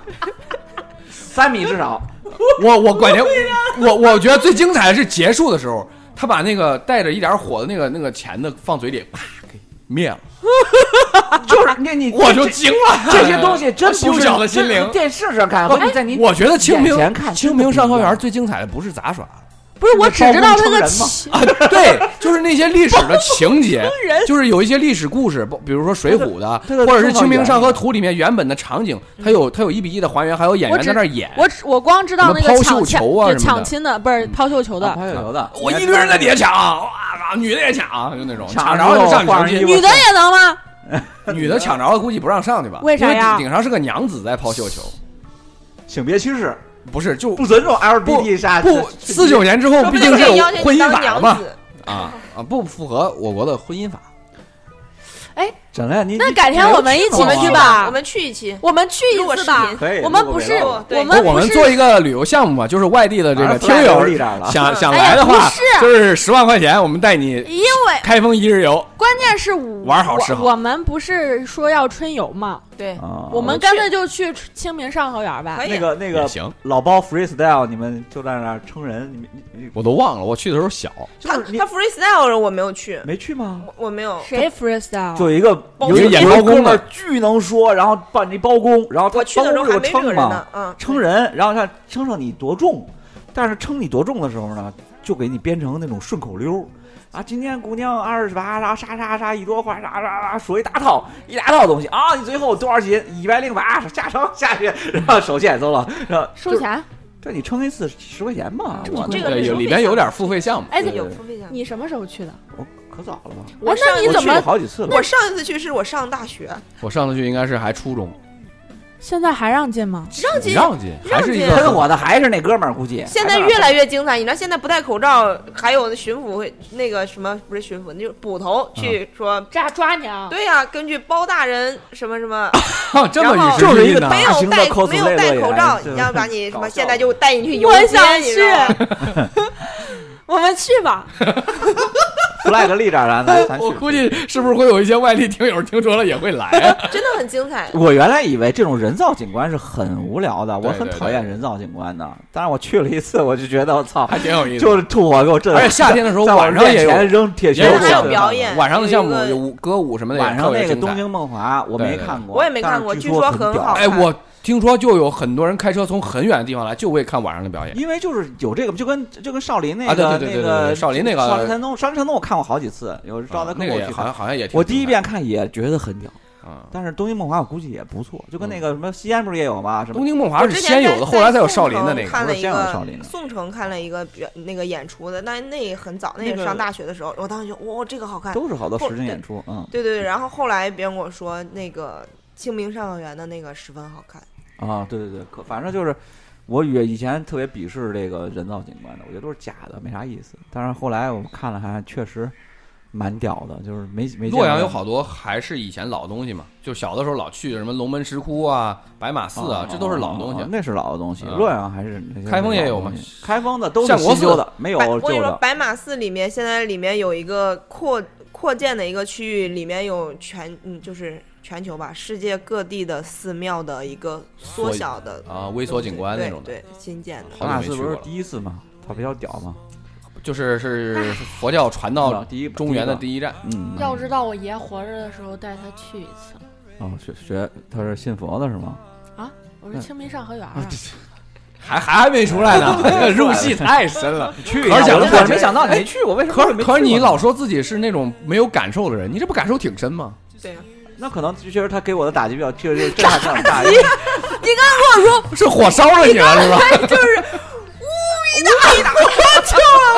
，3米至少。 我感觉我觉得最精彩的是结束的时候，他把那个带着一点火的那个钳子放嘴里，啪给灭了。 就是你我就惊了， 这些东西真不是小的心灵。 电视上看和你在你我觉得清明上河园最精彩的不是杂耍。 不是，我只知道那个对，就是那些历史的情节，就是有一些历史故事，比如说《水浒》的，或者是《清明上河图》里面原本的场景，它有1:1的还原，还有演员在那演。 我光知道那个抛绣球啊， 抢亲的，不是抛绣球的， 我一堆人在底下抢，哇，女的也抢，就那种抢着就上去， 女的也能吗？ 女的抢着了，估计不让上去吧？ 为啥呀？ 顶上是个娘子在抛绣球， 性别歧视。 不是，就不尊重 LGBT 啥？ 不，49年之后毕竟是有婚姻法嘛，不符合我国的婚姻法。 哎， 真的， 那改天我们一起去吧， 我们去一期， 我们去一次吧。我们不是， 我们做一个旅游项目嘛，就是外地的这个听友想来的话，就是10万块钱，我们带你因为开封1日游。 关键是玩好吃好。 我们不是说要春游吗？ 对， 我们干脆就去清明上河园吧。 那个行，老包 freestyle， 你们就在那儿称人， 我都忘了，我去的时候小。 他 freestyle 我没有去， 没去吗？ 我没有。 谁 freestyle？ 就有一个演包公的， 巨能说，然后办这包公，然后他去的时候还没这个人呢， 称人，然后他称上你多重，但是称你多重的时候呢，就给你编成那种顺口溜。啊，今天姑娘28，然后啥一朵花，啥说一大套东西啊！你最后多少斤？108，下成下去，然后手欠走了， 收钱。 对，你称一次10块钱嘛。 我这个里边有点付费项目。 哎， 有付费项目。 你什么时候去的？ 我可早了吧？ 那你怎么好几次了？ 我上一次去是我上大学。 我上次去应该是还初中。 现在还让进吗？ 让进，还是一个喷我的还是那哥们儿，估计现在越来越精彩。你知道现在不戴口罩，还有巡抚会那个什么不是巡抚，那就是捕头去说抓你啊！ 对呀，根据包大人什么什么， 这么与时就是一个没有戴口罩， 你要把你什么现在就带你去游我街， 想去，我们去吧。 flag 立这儿了，咱我估计是不是会有一些外地听友听说了也会来啊？ 真的很精彩。 我原来以为这种人造景观是很无聊的，我很讨厌人造景观的。但是我去了一次，我就觉得我操， 还挺有意思， 就是吐火给我震撼。 而且夏天的时候晚上也有扔铁球， 还有表演， 晚上的项目有歌舞什么的。 晚上那个东京梦华我没看过， 我也没看过，据说很好看。 哎，我听说就有很多人开车从很远的地方来，就为看晚上的表演。 因为就是有这个，就跟少林那个那个少林那个少林禅宗，少林禅宗我看过好几次，有招待跟我去， 好像也挺。 我第一遍看也觉得很屌。但是东京梦华我估计也不错，就跟那个什么西安不是也有吗？ 东京梦华是先有的，后来才有少林的那个。 看了一个宋城看了一个那个演出的，但那很早，那个上大学的时候，我当时就哇这个好看， 都是好多实景演出， 对。然后后来别人跟我说那个清明上河园的那个十分好看啊，对，反正就是我以前特别鄙视这个人造景观的，我觉得都是假的，没啥意思。但是后来我看了还确实。蛮屌的，就是没洛阳有好多还是以前老东西嘛，就小的时候老去什么龙门石窟啊、白马寺啊，这都是老东西。 那是老的东西。洛阳还是开封也有吗？ 开封的都是新修的，没有旧的。 我跟你说，白马寺里面现在里面有一个扩建的一个区域，里面有就是全球吧，世界各地的寺庙的一个缩小的微缩景观那种的。 对，新建的。 白马寺不是第一次吗？它比较屌吗？ 就是佛教传到中原的第一站。 要知道我爷活着的时候带他去一次。 哦，学他是信佛的是吗？ 啊，我是清明上河园。 还没出来呢，入戏太深了。 去，我没想到你没去过，为什么？ 可是你老说自己是那种没有感受的人，你这不感受挺深吗？ 对呀。 那可能确实他给我的打击比较确实震撼比较大。 你刚跟我说是火烧了你了是吧？ 就是。大火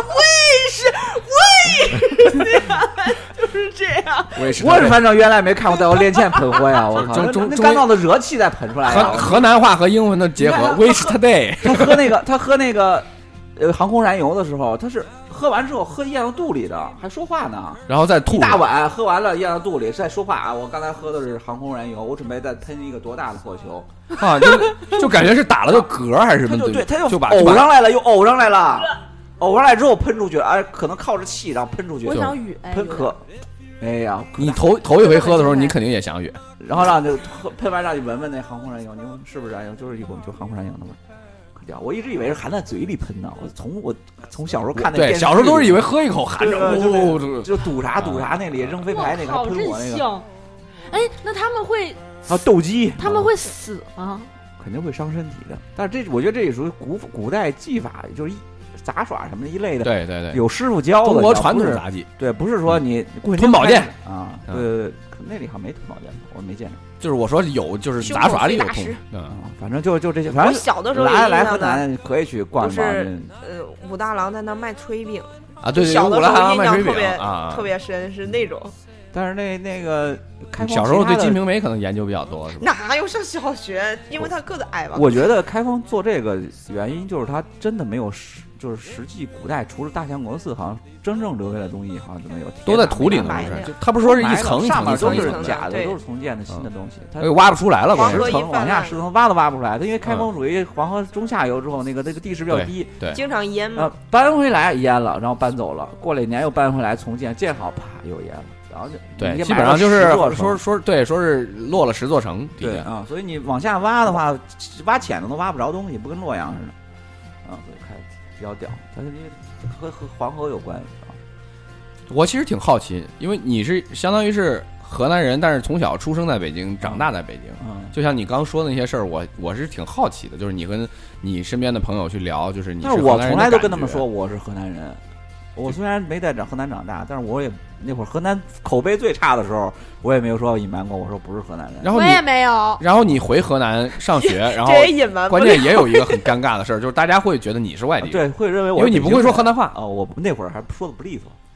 就是这样。 我是反正原来没看过，在我面前喷火呀！我靠，那干燥的热气再喷出来。 河南话和英文的结合 ，Wish today。 他喝那个航空燃油的时候，他是喝完之后喝咽到肚里的，还说话呢， 然后再吐。 大碗喝完了咽到肚里，再说话啊！我刚才喝的是航空燃油，我准备再喷一个多大的火球啊！就感觉是打了个嗝还是什么？ 对，他就把呕上来了，又呕上来了。呕上来之后喷出去，哎，可能靠着气，然后喷出去。 我想哕， 喷咳。哎呀， 你头一回喝的时候，你肯定也想哕。 然后让就喷完让你闻闻那航空燃油，你闻是不是燃油？就是就航空燃油的味儿。可屌！我一直以为是含在嘴里喷的。我从小时候看那电视， 对，小时候都是以为喝一口含着， 就赌啥那里扔飞牌那个还喷我那个。 哎，那他们会啊斗鸡？ 他们会死吗？ 肯定会伤身体的。但是我觉得这也属于古代技法，就是杂耍什么一类的， 对， 有师傅教的。 中国传统杂技， 对，不是说你吞宝剑啊，那里好像没吞宝剑，我没见着。 就是我说有，就是杂耍里有吞， 反正就这些。反正我小的时候来河南可以去逛一逛。 就是武大郎在那卖炊饼啊，对， 小的时候印象特别深，是那种。 但是那个开封小时候对《金瓶梅》可能研究比较多，是吧？ 哪有上小学？因为他个子矮吧。 我觉得开封做这个原因就是他真的没有就是实际古代除了大相国寺，好像真正留下来的东西好像就没有， 都在土里呢。他不是说是一层上面都是层假的，都是重建的新的东西，它挖不出来了。 10层往下10层挖都挖不出来，它因为开封属于黄河中下游之后，那个地势比较低， 对， 经常淹嘛。 搬回来淹了，然后搬走了，过了1年又搬回来重建，建好啪又淹了。然后就对，基本上就是说是落了10座城。 对啊，所以你往下挖的话，挖浅的都挖不着东西，不跟洛阳似的啊，所以看比较屌。它和黄河有关系啊。 我其实挺好奇，因为你是相当于是河南人，但是从小出生在北京，长大在北京。就像你刚说的那些事儿，我是挺好奇的，就是你跟你身边的朋友去聊，就是你是河南人的感觉。 但是我从来都跟他们说我是河南人。我虽然没在河南长大，但是我也那会儿河南口碑最差的时候，我也没有说隐瞒过，我说不是河南人。 然后我也没有。 然后你回河南上学，然后关键也有一个很尴尬的事儿，就是大家会觉得你是外地人， 对，会认为我， 因为你不会说河南话我那会儿还说的不利索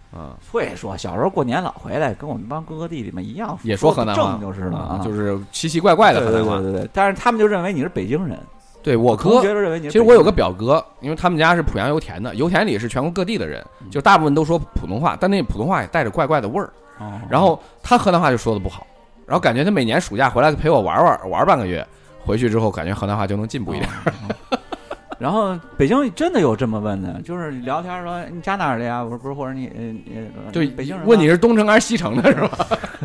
会说小时候过年老回来，跟我们帮哥哥弟弟们一样， 也说河南话， 正就是了啊， 就是奇奇怪怪的河南话。 对。但是他们就认为你是北京人。 对我哥， 其实我有个表哥，因为他们家是濮阳油田的，油田里是全国各地的人，就大部分都说普通话，但那普通话也带着怪怪的味儿。然后他河南话就说的不好，然后感觉他每年暑假回来陪我玩半个月，回去之后感觉河南话就能进步一点。 然后北京真的有这么问的，就是聊天说你家哪儿的呀？我说不是，或者你就北京人， 问你是东城还是西城的是吧？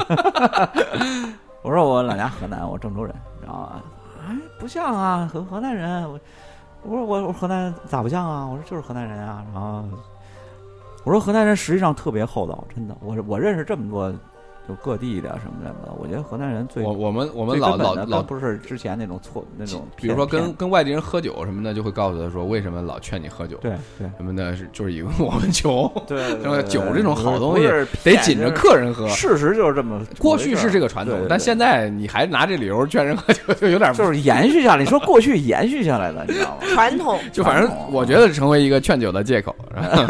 我说我老家河南，我郑州人，然后不像啊，河南人。我说我河南咋不像啊？我说就是河南人啊。然后我说河南人实际上特别厚道，真的。我认识这么多就各地的什么的，我觉得河南人最我们老不是之前那种错那种， 比如说跟外地人喝酒什么的，就会告诉他说为什么老劝你喝酒， 对什么的，就是以为我们穷， 对酒这种好东西得紧着客人喝， 事实就是这么， 过去是这个传统，但现在你还拿这理由劝人喝酒，就有点就是延续下来。你说过去延续下来的，你知道吗？ 传统， 就反正我觉得成为一个劝酒的借口。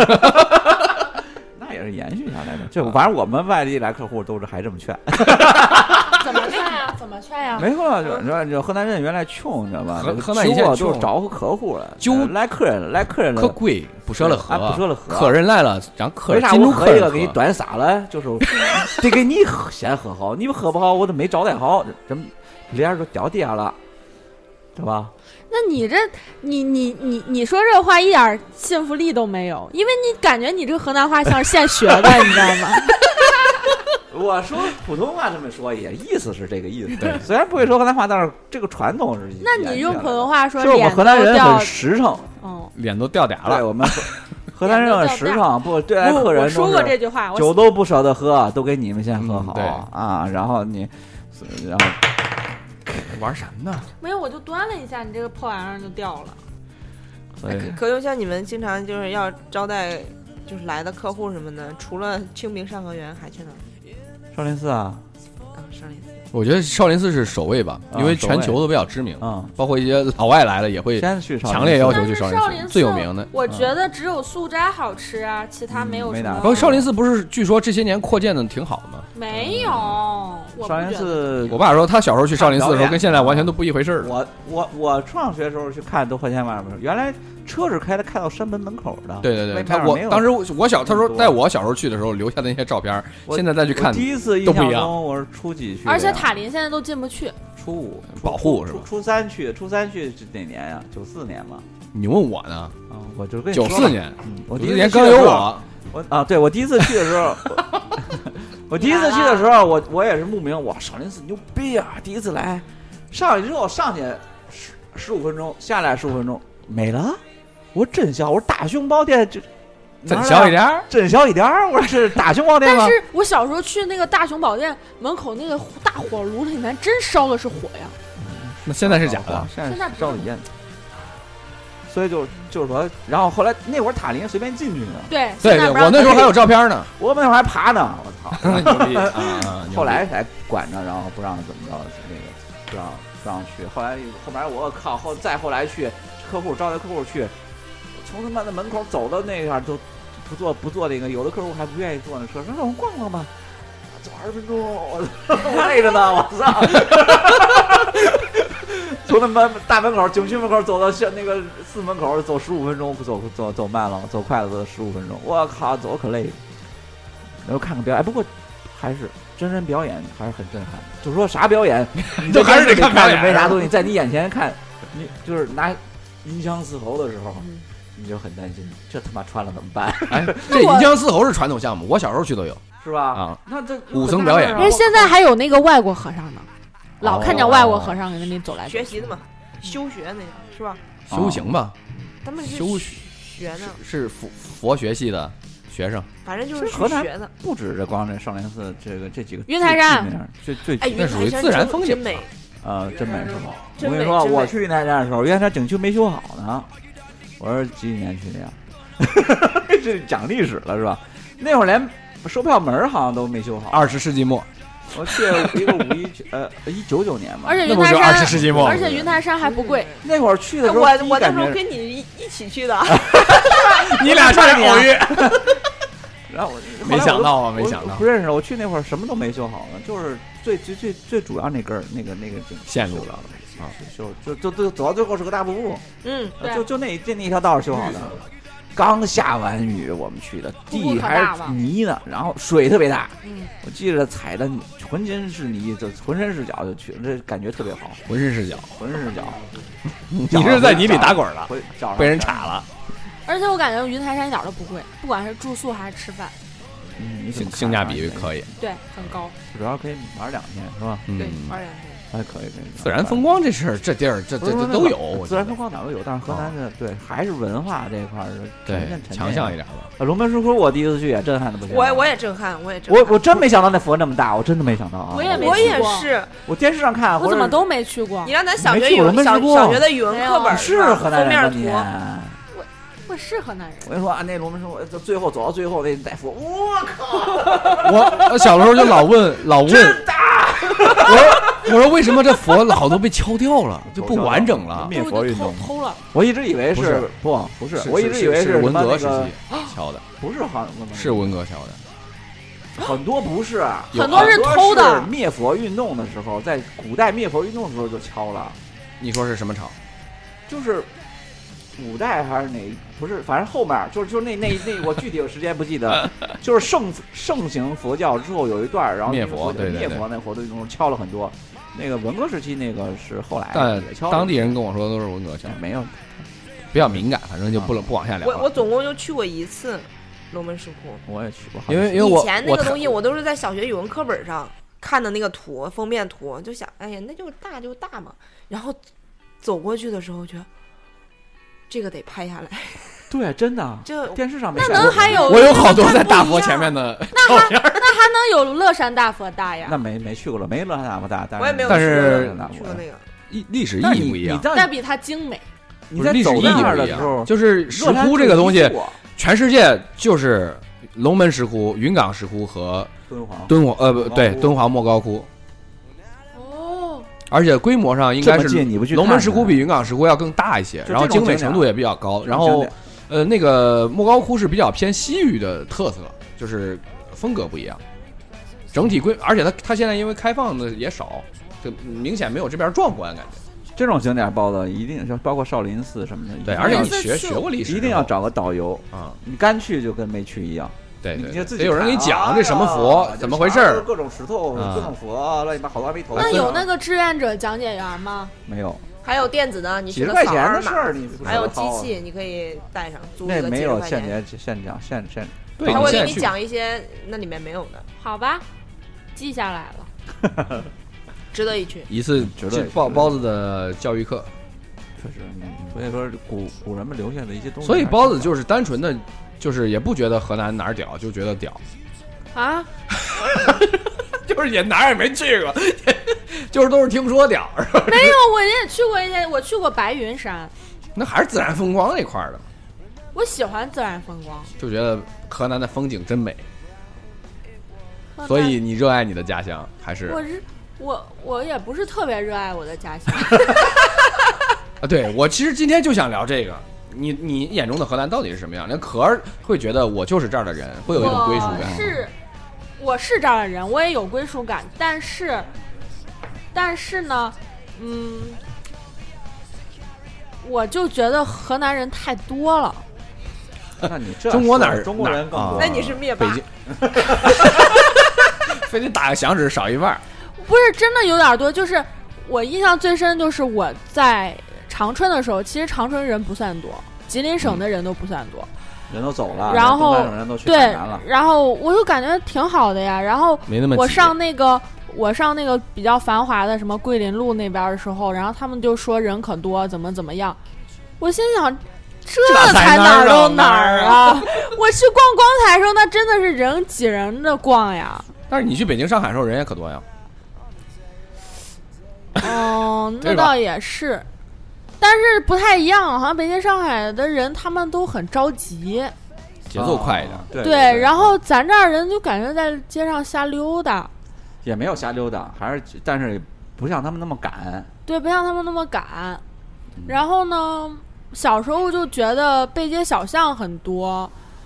也是延续下来的，就反正我们外地来客户都是还这么劝。 怎么劝呀？怎么劝呀？ 没错，就河南人原来穷，你知道吧？ 河南以前都是招呼客户了， 就来客人了， 可贵，不舍得喝， 不舍得喝。 客人来了，让客人为啥我喝一个给你端仨了？就是得给你先喝好，你喝不好，我都没招待好，这脸都掉地下了，对吧？ 那你这，你说这话一点信服力都没有，因为你感觉你这河南话像是现学的，你知道吗？ 我说普通话这么说也意思是这个意思，对，虽然不会说河南话，但是这个传统是。 那你用普通话说， 就是我们河南人很实诚， 脸都掉嗲了。 对，我们河南人很实诚，不对待客人。 我说过这句话， 酒都不舍得喝，都给你们先喝好啊，然后然后。 玩什么呢？ 没有，我就端了一下，你这个破玩意儿就掉了。 可就像你们经常就是要招待，就是来的客户什么的，除了清明上河园，还去哪？ 少林寺啊。 少林寺。 我觉得少林寺是首位吧，因为全球都比较知名，包括一些老外来了也会强烈要求去少林寺，最有名的。 我觉得只有素斋好吃啊，其他没有什么。 然后少林寺不是据说这些年扩建的挺好的吗？ 没有， 少林寺， 我爸说他小时候去少林寺的时候跟现在完全都不一回事儿。 我上学的时候去看都花钱买不着，原来车是开到山门口的。 对，当时他说在我小时候去的时候留下的那些照片，现在再去看第一次印象中我是初几去的， 而且塔林现在都进不去。 初五保护是吧？ 初三去是哪年呀？94年嘛。 你问我呢？ 我就跟你说 94年， 我第一年刚有我。 对，我第一次去的时候，我第一次去的时候，我也是慕名，哇，少林寺牛逼啊！第一次来，上去之后上去15分钟，下来15分钟没了。我真小，我说大雄宝殿这真小一点， 真小一点。我说是大雄宝殿吗？ 但是我小时候去那个大雄宝殿门口那个大火炉里面，真烧的是火呀。 那现在是假的， 现在烧的烟。所以就是说，然后后来那会儿塔林随便进去呢。 对， 我那时候还有照片呢， 我们那会儿还爬呢，我操！后来才管着，然后不让怎么着，那个不让去。后面我靠，后来去招待客户去，从他妈的门口走到那块都不坐那个，有的客户还不愿意坐那车，说让我逛逛吧，走20分钟，我累着呢，我操！从那大门口、景区门口走到那个寺门口，走15分钟，走慢了，走快了走15分钟。我靠，走可累。然后看看表演，不过还是真人表演还是很震撼的。就是说啥表演，你就还是得看，没啥东西在你眼前看，你就是拿银枪嘶吼的时候，你就很担心，这他妈穿了怎么办？ 哎，这银枪嘶吼是传统项目，我小时候去都有， 是吧？ 啊， 那这武僧表演。 因为现在还有那个外国和尚呢。老看见外国和尚跟你走来学习的嘛，修学那个是吧？ 修行吧， 他们是修学呢， 是佛学系的学生， 反正就是河南学的。 不止这光这少林寺这几个云台山， 最那属于自然风景， 真美真美是吗？我跟你说，我去云台山的时候，云台山景区没修好呢。我说几年去的呀？这讲历史了是吧？那会儿连售票门好像都没修好。 20世纪末。 我去一个199年嘛， 而且云台山 20世纪末， 而且云台山还不贵。 那会儿去的时候， 我那时候跟你一起去的， 你俩差点偶遇。 然后没想到啊，没想到不认识，我去那会儿什么都没修好呢，就是最主要那根儿那个线路了啊，就走到最后是个大瀑布，就那一条道修好的。刚下完雨，我们去的地还是泥呢，然后水特别大。我记得踩的浑身是泥，就浑身是脚就去了，这感觉特别好。 浑身是脚。 你是在泥里打滚了，被人插了。 而且我感觉云台山一点都不贵，不管是住宿还是吃饭， 性价比可以。 对，很高。 主要可以玩2天，是吧？ 对，玩2天。 还可以。 自然风光这事儿，这地儿这都有。 自然风光哪都有，但是河南的对还是文化这一块儿强项一点吧。 龙门石窟我第一次去也震撼的不行。 我也震撼， 我真没想到那佛那么大，我真的没想到啊。 我也是， 我电视上看， 我怎么都没去过。 你让咱小学的语文课本是河南人吗？ 我是河南人。 我跟你说啊，那龙门石窟最后走到最后那大佛，我靠！ 我小的时候就老问， 真大。 我说为什么这佛好多被敲掉了，就不完整了？ 灭佛运动偷了。 我一直以为不是，我一直以为是文革时期敲的， 不是是文革敲的。 很多不是， 很多是偷的。 灭佛运动的时候，在古代灭佛运动的时候就敲了。 你说是什么朝？ 就是古代还是哪？不是，反正后面就是那我具体有时间不记得。就是盛行佛教之后有一段，然后灭佛，对灭佛那活动中敲了很多。那个文革时期那个是后来， 但当地人跟我说都是文革敲， 没有， 比较敏感，反正就不往下聊。 我总共就去过1次龙门石窟， 我也去过， 因为以前那个东西我都是在小学语文课本上看的那个图封面图，就想哎呀那就大嘛，然后走过去的时候觉得这个得拍下来。 对，真的，这电视上没。 那能还有？ 我有好多在大佛前面的照片。 那还能有乐山大佛大呀？ 那没去过了，没乐山大佛大。 我也没有但是去过那个。 历史意义不一样， 但比它精美。 你在走那儿的时候， 就是石窟这个东西，全世界就是龙门石窟、云冈石窟和敦煌莫高窟。而且规模上应该是龙门石窟比云冈石窟要更大一些，然后精美程度也比较高。然后，那个莫高窟是比较偏西域的特色，就是风格不一样。整体而且它现在因为开放的也少，就明显没有这边壮观感觉。 这种景点包的一定就包括少林寺什么的。 对，而且你学过历史， 一定要找个导游啊，你干去就跟没去一样。 对， 你自己得有人给你讲这什么佛怎么回事， 各种石头、各种佛，乱七八糟好多阿弥陀佛。 那有那个志愿者讲解员吗？ 没有， 还有电子的，你几十块钱的事儿，你还有机器，你可以带上，租一个没有现讲， 他会给你讲一些那里面没有的， 好吧，记下来了， 值得一去， 一次包子的教育课， 确实，所以说古人们留下的一些东西， 所以包子就是单纯的。就是也不觉得河南哪儿屌，就觉得屌啊， 就是也哪儿也没去过，就是都是听说屌。 没有，我也去过一些，我去过白云山， 那还是自然风光那块的。 我喜欢自然风光， 就觉得河南的风景真美。所以你热爱你的家乡还是？ 我也不是特别热爱我的家乡。 啊，对，我其实今天就想聊这个。你眼中的河南到底是什么样？那壳儿会觉得我就是这儿的人，会有一种归属感。 我是这儿的人，我也有归属感，但是呢，我就觉得河南人太多了。 那你这中国哪儿中国人更多？ 那你是灭霸。 北京，非得打个响指少一半。 不是真的有点多，就是我印象最深就是我在长春的时候，其实长春人不算多，吉林省的人都不算多， 人都走了， 然后人都去海南了， 然后我就感觉挺好的呀。然后我上那个比较繁华的什么桂林路那边的时候，然后他们就说人可多，怎么样。我心想，这才哪儿到哪儿啊！我去逛光彩的时候，那真的是人挤人的逛呀。 但是你去北京、上海的时候，人也可多呀。 哦，那倒也是。但是不太一样，好像北京、上海的人他们都很着急， 节奏快一点。 对，然后咱这儿人就感觉在街上瞎溜达， 也没有瞎溜达，但是不像他们那么赶。 对，不像他们那么赶。然后呢，小时候就觉得背街小巷很多，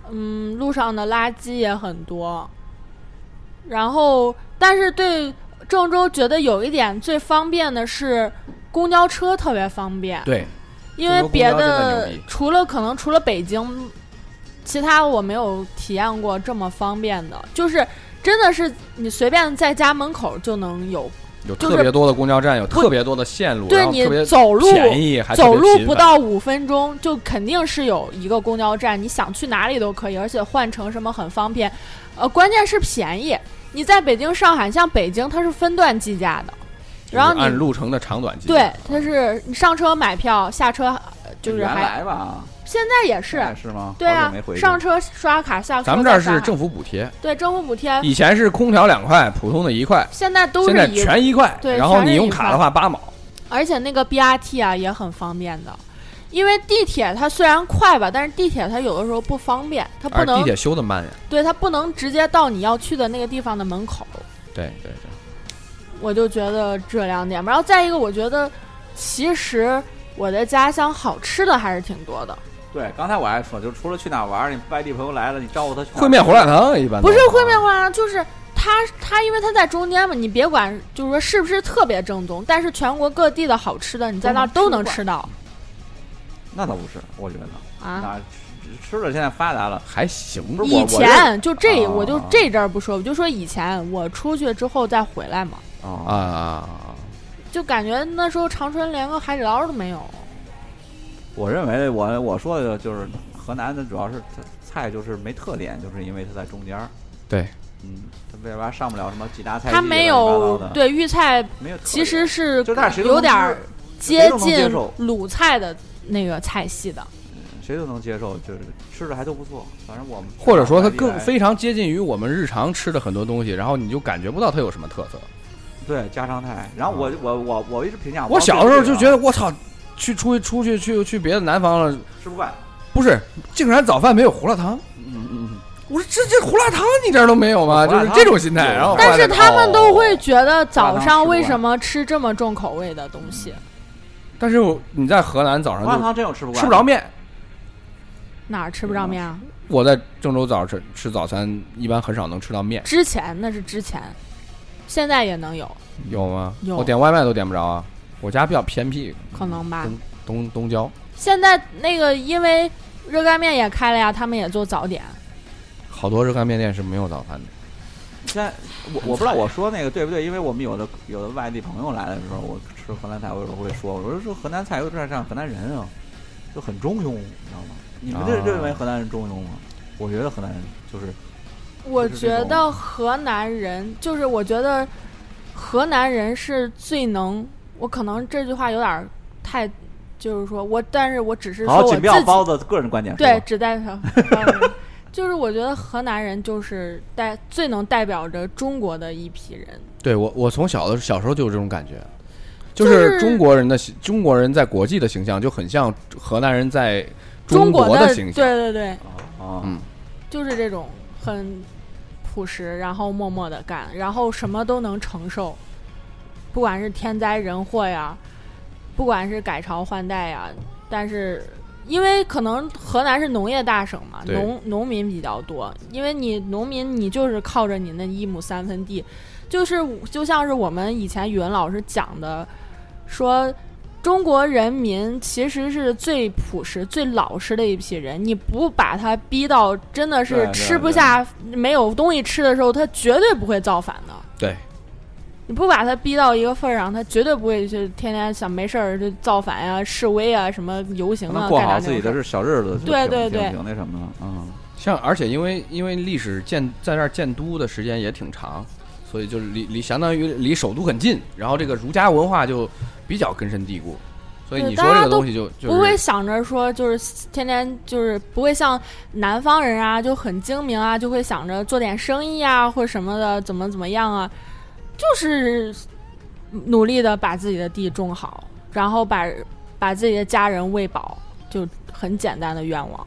路上的垃圾也很多。然后，但是对郑州觉得有一点最方便的是公交车特别方便。 对， 因为别的除了北京，其他我没有体验过这么方便的，就是真的是你随便在家门口就能有特别多的公交站，有特别多的线路， 对，你走路便宜，还走路不到5分钟就肯定是有一个公交站，你想去哪里都可以，而且换乘什么很方便，关键是便宜。你在北京、上海，像北京它是分段计价的，然后你按路程的长短计价。 对，它是你上车买票，下车就是还原来吧。 现在也是吗？ 对啊，上车刷卡，下车。 咱们这儿是政府补贴。 对，政府补贴。 以前是空调2块，普通的1块， 现在都是现在全1块。 对， 然后你用卡的话8毛。 而且那个 BRT 啊也很方便的，因为地铁它虽然快吧，但是地铁它有的时候不方便，它不能。 地铁修的慢呀。 对，它不能直接到你要去的那个地方的门口。 对。 我就觉得这2点，然后再一个，我觉得其实我的家乡好吃的还是挺多的。 对，刚才我还说，就除了去哪玩，你外地朋友来了，你招呼他去烩面胡辣汤一般不是烩面胡辣汤，就是它因为它在中间嘛，你别管就是说是不是特别正宗，但是全国各地的好吃的你在那儿都能吃到。 那倒不是，我觉得啊， 吃的现在发达了还行。 以前就这我就这阵儿不说，我就说以前我出去之后再回来嘛。就感觉那时候长春连个海底捞都没有。 我认为我说的就是河南的主要是菜就是没特点，就是因为它在中间。 对， 它为啥上不了什么几大菜系？ 它没有对豫菜， 没有， 其实是有点接近鲁菜的那个菜系的。 谁都能接受，就是吃的还都不错。反正我们或者说它更非常接近于我们日常吃的很多东西，然后你就感觉不到它有什么特色。 对，家常菜。然后我一直评价， 我小时候就觉得我操，出去别的南方了吃不惯。 不是，竟然早饭没有胡辣汤。我说这胡辣汤你这儿都没有吗？就是这种心态。然后但是他们都会觉得早上为什么吃这么重口味的东西？ 但是你在河南早上胡辣汤真有吃不着面。 哪儿吃不着面啊？ 我在郑州早上吃早餐，一般很少能吃到面。 之前那是之前，现在也能有。 有吗？ 有。 我点外卖都点不着啊。我家比较偏僻， 可能吧。 东郊。 现在那个因为热干面也开了呀，他们也做早点。 好多热干面店是没有早饭的。 现在我不知道我说那个对不对，因为我们有的外地朋友来的时候，我吃河南菜，我有时候会说，我说河南菜有点像河南人啊，就很中庸，你知道吗？你们认为河南人中庸吗？我觉得河南人就是。 我觉得河南人就是，我觉得河南人是最能，我可能这句话有点太，就是说但是我只是说我自己。好， 请不要包的个人观点。 对，只代表。就是我觉得河南人就是最能代表着中国的一批人。 对，我从小时候就有这种感觉，就是中国人在国际的形象就很像河南人在中国的形象。 对，就是这种很朴实，然后默默的干，然后什么都能承受，不管是天灾人祸呀，不管是改朝换代呀，但是。因为可能河南是农业大省嘛，农民比较多，因为你农民你就是靠着你那1亩3分地，就像是我们以前语文老师讲的，说中国人民其实是最朴实最老实的一批人，你不把他逼到真的是吃不下没有东西吃的时候，他绝对不会造反的。 对， 你不把他逼到一个份儿上，他绝对不会去天天想没事儿就造反呀、示威啊、什么游行啊， 过好自己的小日子。 对， 挺那什么的。 像而且因为历史在那儿建都的时间也挺长，所以就是相当于离首都很近，然后这个儒家文化就比较根深蒂固。所以你说这个东西就不会想着说就是天天就是不会像南方人啊就很精明啊，就会想着做点生意啊或者什么的怎么样啊。就是努力的把自己的地种好，然后把自己的家人喂饱，就很简单的愿望。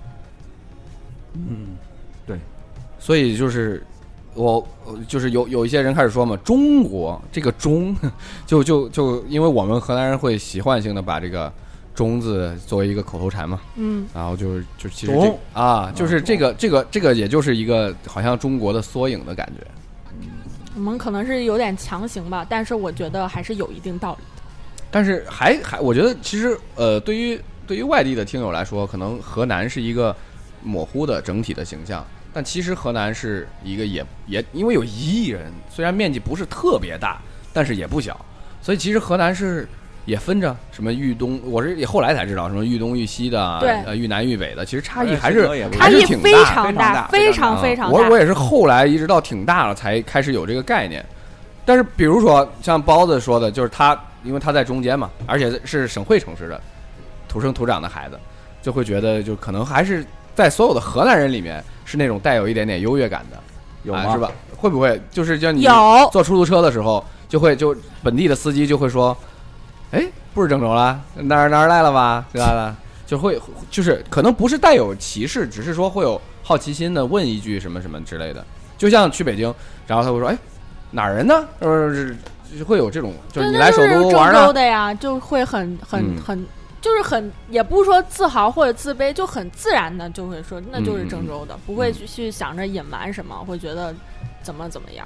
对， 所以就是我就是有一些人开始说嘛，中国这个中就因为我们河南人会习惯性的把这个中字作为一个口头禅嘛，然后就其实就是这个也就是一个好像中国的缩影的感觉。 我们可能是有点强行吧，但是我觉得还是有一定道理的。 但是还我觉得其实对于外地的听友来说，可能河南是一个模糊的整体的形象，但其实河南是一个也因为有1亿人，虽然面积不是特别大，但是也不小，所以其实河南是也分着什么豫东，我是也后来才知道什么豫东豫西的，豫南豫北的，其实差异还是挺大， 非常大，非常非常大。 我也是后来一直到挺大了才开始有这个概念。但是比如说像包子说的，就是他因为他在中间嘛，而且是省会城市的土生土长的孩子，就会觉得就可能还是在所有的河南人里面是那种带有一点点优越感的， 有吗？ 是吧？会不会就是像你坐出租车的时候，就本地的司机就会说，哎，不是郑州了，哪儿来了吧？知道吧？就是可能不是带有歧视，只是说会有好奇心的问一句什么什么之类的。就像去北京，然后他会说，哎，哪儿人呢？会有这种，就是你来首都玩郑州的呀，就会很就是很，也不是说自豪或者自卑，就很自然的就会说那就是郑州的，不会去想着隐瞒什么，会觉得怎么样。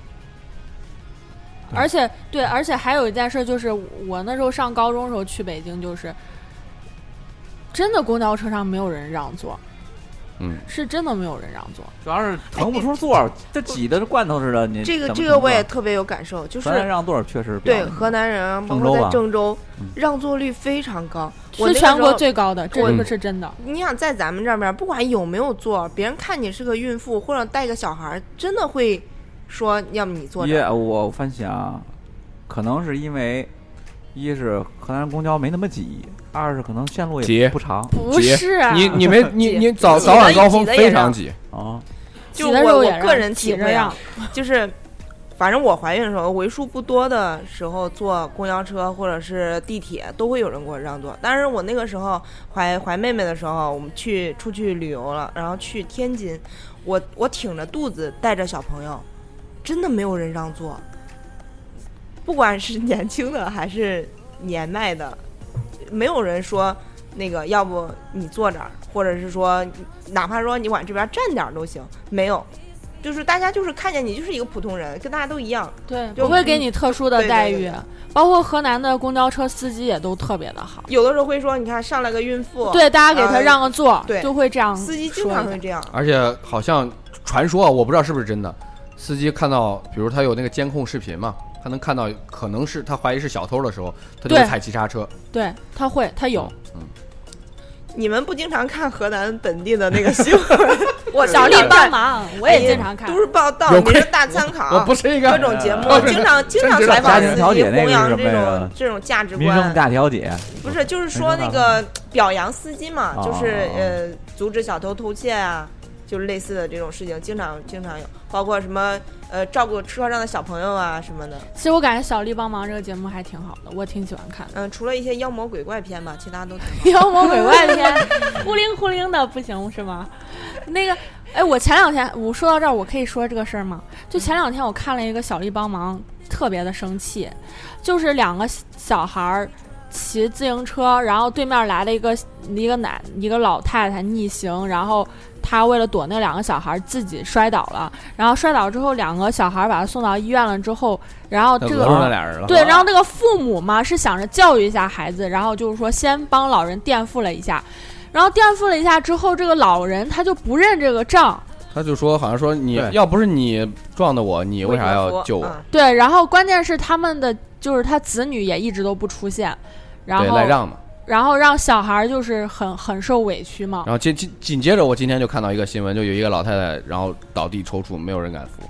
而且还有一件事，就是我那时候上高中的时候去北京，就是真的公交车上没有人让座。是真的没有人让座， 主要是腾不出座，这挤得罐头似的。你这个我也特别有感受，就是河南让座确实对河南人啊，包括在郑州，让座率非常高， 是全国最高的，这个是真的。 你想在咱们这边，不管有没有座，别人看你是个孕妇或者带个小孩，真的会说要么你坐这。 我分析啊，可能是因为一是河南公交没那么挤。2是可能线路也不长， 不是啊？ 你早晚高峰非常挤啊！ 就我个人体会啊，就是反正我怀孕的时候，为数不多的时候坐公交车或者是地铁都会有人给我让座。但是我那个时候怀妹妹的时候，我们出去旅游了，然后去天津，我挺着肚子带着小朋友，真的没有人让座，不管是年轻的还是年迈的。没有人说那个要不你坐这儿，或者是说哪怕说你往这边站点都行，没有，就是大家就是看见你就是一个普通人，跟大家都一样， 对，不会给你特殊的待遇。对，包括河南的公交车司机也都特别的好， 有的时候会说你看上来个孕妇， 对，大家给他让个座， 对， 就会这样， 司机经常会这样。 而且好像传说我不知道是不是真的，司机看到比如他有那个监控视频嘛，他能看到可能是他怀疑是小偷的时候，他就会踩急刹车。 对，他有。 你们不经常看河南本地的那个新闻？我小丽帮忙，我也经常看。 都市报道，你是大参考。 我不是一个各种节目，经常采访司机，弘扬这种价值观。 民生大调解不是，就是说那个表扬司机嘛，就是阻止小偷偷窃啊。就是类似的这种事情经常有，包括什么照顾车上的小朋友啊什么的。 其实我感觉小丽帮忙这个节目还挺好的，我挺喜欢看的。 除了一些妖魔鬼怪片吧，其他都挺好。妖魔鬼怪片呼灵呼灵的不行是吗？那个我前两天我说到这儿，我可以说这个事儿吗？就前两天我看了一个小丽帮忙，特别的生气，就是2个小孩骑自行车，然后对面来了一个老太太逆行，然后他为了躲那2个小孩自己摔倒了，然后摔倒之后2个小孩把他送到医院了之后，然后这个对，然后那个父母嘛是想着教育一下孩子，然后就是说先帮老人垫付了一下，然后垫付了一下之后，这个老人他就不认这个账， 他就说好像说你要不是你撞的我，你为啥要救我？ 对，然后关键是他们的就是他子女也一直都不出现，然后赖账嘛。 然后让小孩就是很受委屈嘛。 然后紧接着我今天就看到一个新闻，就有一个老太太然后倒地抽搐，没有人敢扶。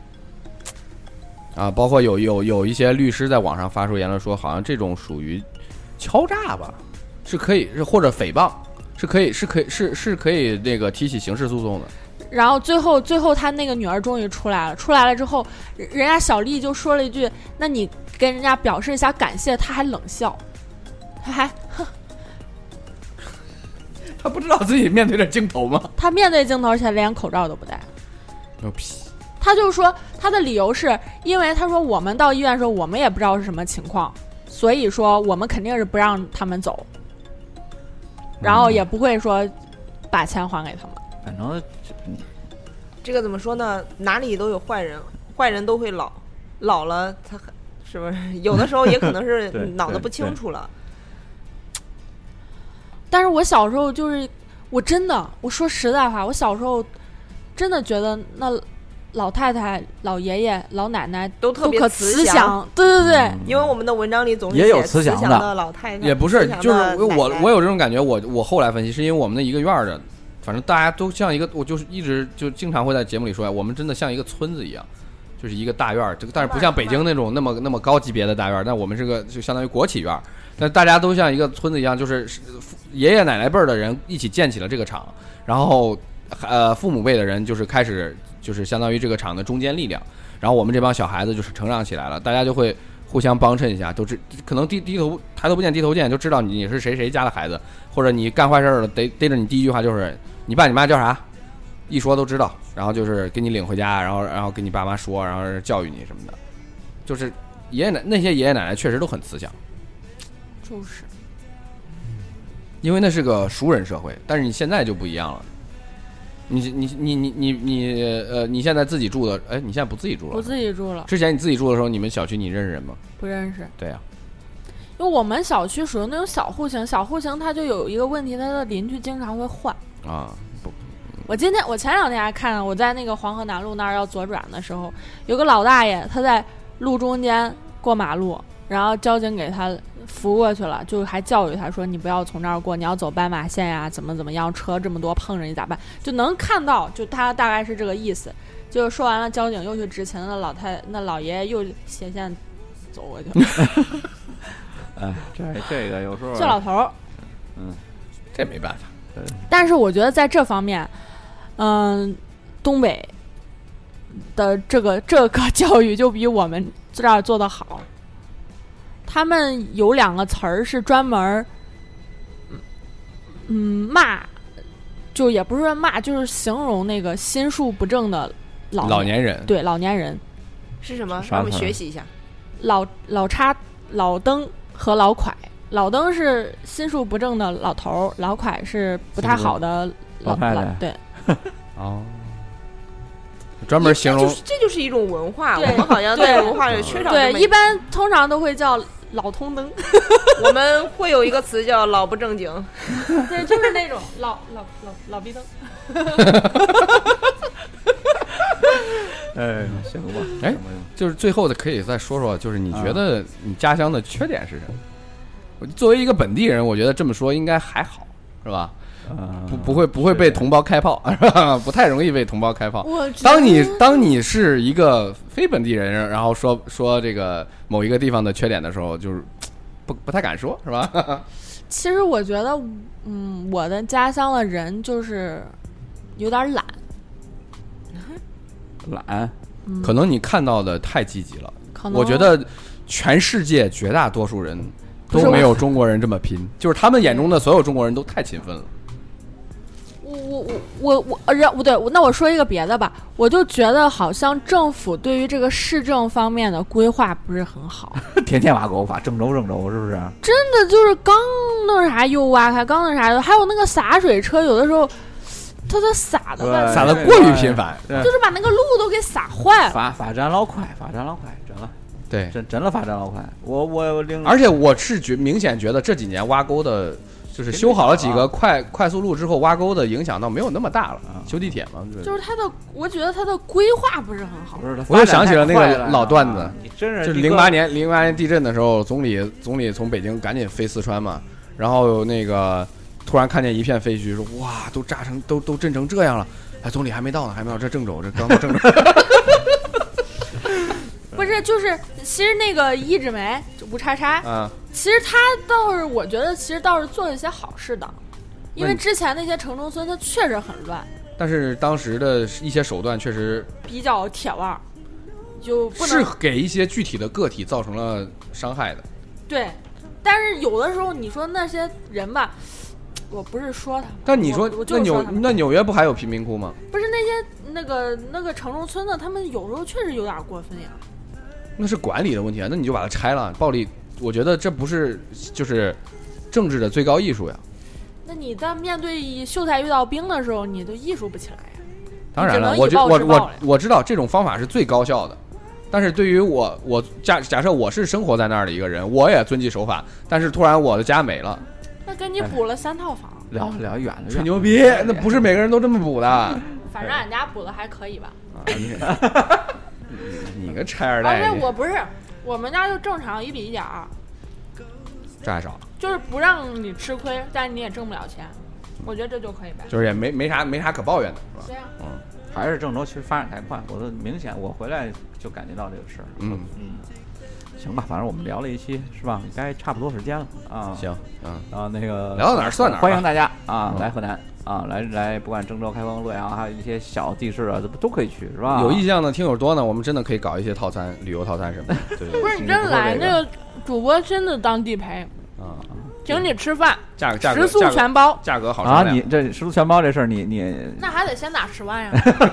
啊，包括有一些律师在网上发出言论说，好像这种属于敲诈吧，是可以或者诽谤，是可以那个提起刑事诉讼的。 然后最后他那个女儿终于出来了之后，人家小丽就说了一句：“那你跟人家表示一下感谢。”他还冷笑。 他不知道自己面对着镜头吗？ 他面对镜头，而且连口罩都不戴。 牛逼！ 他就说他的理由是因为他说我们到医院的时候，我们也不知道是什么情况，所以说我们肯定是不让他们走。 然后也不会说把钱还给他们。 反正这个怎么说呢？哪里都有坏人，坏人都会老了他是不是？有的时候也可能是脑子不清楚了。 但是我小时候就是我说实在话，我小时候真的觉得那老太太、老爷爷、老奶奶都特别慈祥。对对对， 因为我们的文章里总是也有慈祥的老太太， 也不是，就是我有这种感觉。我后来分析，是因为我们的一个院的，反正大家都像一个，我就是一直就经常会在节目里说，我们真的像一个村子一样，就是一个大院。这个但是不像北京那种那么高级别的大院，但我们是个就相当于国企院。但大家都像一个村子一样，就是爷爷奶奶辈的人一起建起了这个厂，然后父母辈的人就是开始就是相当于这个厂的中坚力量，然后我们这帮小孩子就是成长起来了，大家就会互相帮衬一下，都可能低头抬头不见低头见，就知道你是谁家的孩子，或者你干坏事了逮着你第一句话就是你爸你妈叫啥，一说都知道，然后就是给你领回家，然后跟你爸妈说，然后教育你什么的，就是那些爷爷奶奶确实都很慈祥。 就是， 因为那是个熟人社会，但是你现在就不一样了。你现在自己住的，哎，你现在不自己住了？ 我自己住了。 之前你自己住的时候，你们小区你认识人吗？ 不认识。 对呀、 因为我们小区属于那种小户型，小户型它就有一个问题，它的邻居经常会换。 啊，不。 我前2天还看了，我在那个黄河南路那儿要左转的时候，有个老大爷他在路中间过马路，然后交警给他扶过去了，就还教育他说你不要从这儿过，你要走斑马线呀，怎么样，车这么多碰着你咋办，就能看到，就他大概是这个意思。就说完了，交警又去执勤，那老爷爷又斜线走过去了。 哎，这个有时候这老头儿， 这没办法。 但是我觉得在这方面，东北的这个教育就比我们这儿做得好。他们有2个词儿是专门骂，就也不是骂，就是形容那个心术不正的老年人。 对，老年人是什么？让我们学习一下。 老叉、老登和老蒯。老登是心术不正的老头，老蒯是不太好的老太太。 对。 哦。专门形容， 这就是一种文化。我们好像在文化里缺少。 对，一般通常都会叫老通灯。 我们会有一个词叫老不正经。 对，就是那种老逼灯。 哎，行吧。 哎，就是最后的可以再说说，就是你觉得你家乡的缺点是什么？作为一个本地人，我觉得这么说应该还好，是吧？不会被同胞开炮，不太容易被同胞开炮。当你是一个非本地人，然后说这个某一个地方的缺点的时候，就是不太敢说，是吧？ 其实我觉得，我的家乡的人就是有点懒。 懒， 可能你看到的太积极了。我觉得全世界绝大多数人都没有中国人这么拼，就是他们眼中的所有中国人都太勤奋了。 不对，那我说一个别的吧，我就觉得好像政府对于这个市政方面的规划不是很好， 天天挖沟，挖郑州是不是？ 真的就是刚弄啥又挖开，刚弄啥又，还有那个洒水车，有的时候它洒的过于频繁， 就是把那个路都给洒坏了。 发展老快，真了。 对， 真了，发展老快。 而且我是明显觉得这几年挖沟的。就是修好了几个快速路之后，挖沟的影响倒没有那么大了。修地铁嘛， 就是我觉得它的规划不是很好。 我又想起了那个老段子， 就是 08年地震的时候，总理从北京赶紧飞四川嘛，然后那个突然看见一片废墟，说哇，都炸成都震成这样了，哎，总理还没到呢，这郑州，这刚到郑州。 不是，就是其实那个一纸梅吴叉叉，其实他我觉得倒是做了一些好事的，因为之前那些城中村它确实很乱， 但是当时的一些手段确实比较铁腕，就不能是给一些具体的个体造成了伤害的。 对，但是有的时候你说那些人吧，我不是说他们， 但你说那纽约不还有贫民窟吗？ 不是那些那个城中村的，他们有时候确实有点过分呀。 那是管理的问题啊，那你就把它拆了。暴力，我觉得这不是就是政治的最高艺术呀。 那你在面对秀才遇到兵的时候，你都艺术不起来呀。 当然了，我知道这种方法是最高效的，但是对于我假设我是生活在那儿的一个人，我也遵纪守法，但是突然我的家没了， 那给你补了3套房， 聊远了， 吹牛逼，那不是每个人都这么补的。 反正俺家补的还可以吧。 你个拆二代！ 而且我不是，我们家就正常1比1.2， 这还少， 就是不让你吃亏，但你也挣不了钱，我觉得这就可以呗。 就是也没啥可抱怨的，是吧？ 对呀， 还是郑州其实发展太快，我都明显我回来就感觉到这个事儿。行吧，反正我们聊了一期是吧？该差不多时间了啊。 行， 那个聊到哪儿算哪儿。 欢迎大家来河南啊，来不管郑州、开封、洛阳，还有一些小地市啊，都可以去是吧？ 有意向的听友多呢，我们真的可以搞一些套餐、旅游套餐什么的。对不是你真来，那个主播真的当地陪请你吃饭，食宿全包， 价格好商量。 你这食宿全包这事儿，你那还得先打10万呀。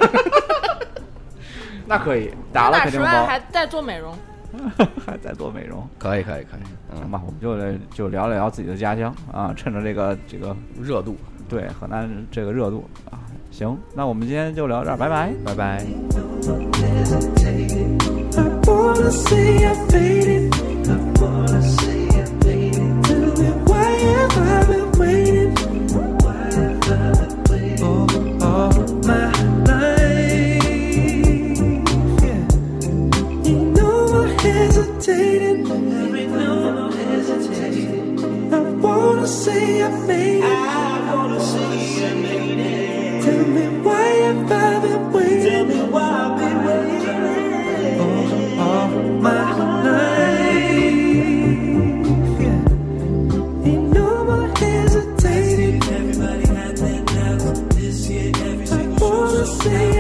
那可以打了肯定包， 打10万还在做美容。 还在做美容， 可以， 行吧，我们就聊聊自己的家乡啊，趁着这个热度， 对河南这个热度啊，行，那我们今天就聊到这儿，拜拜， 拜拜。Hesitating, no hesitating. I wanna say I made it. I wanna say I made it. Tell me why have I been waiting? Tell me why I've been waiting all my life. Yeah. Ain't no more hesitating. Everybody had their doubts this year. Every single I wanna say.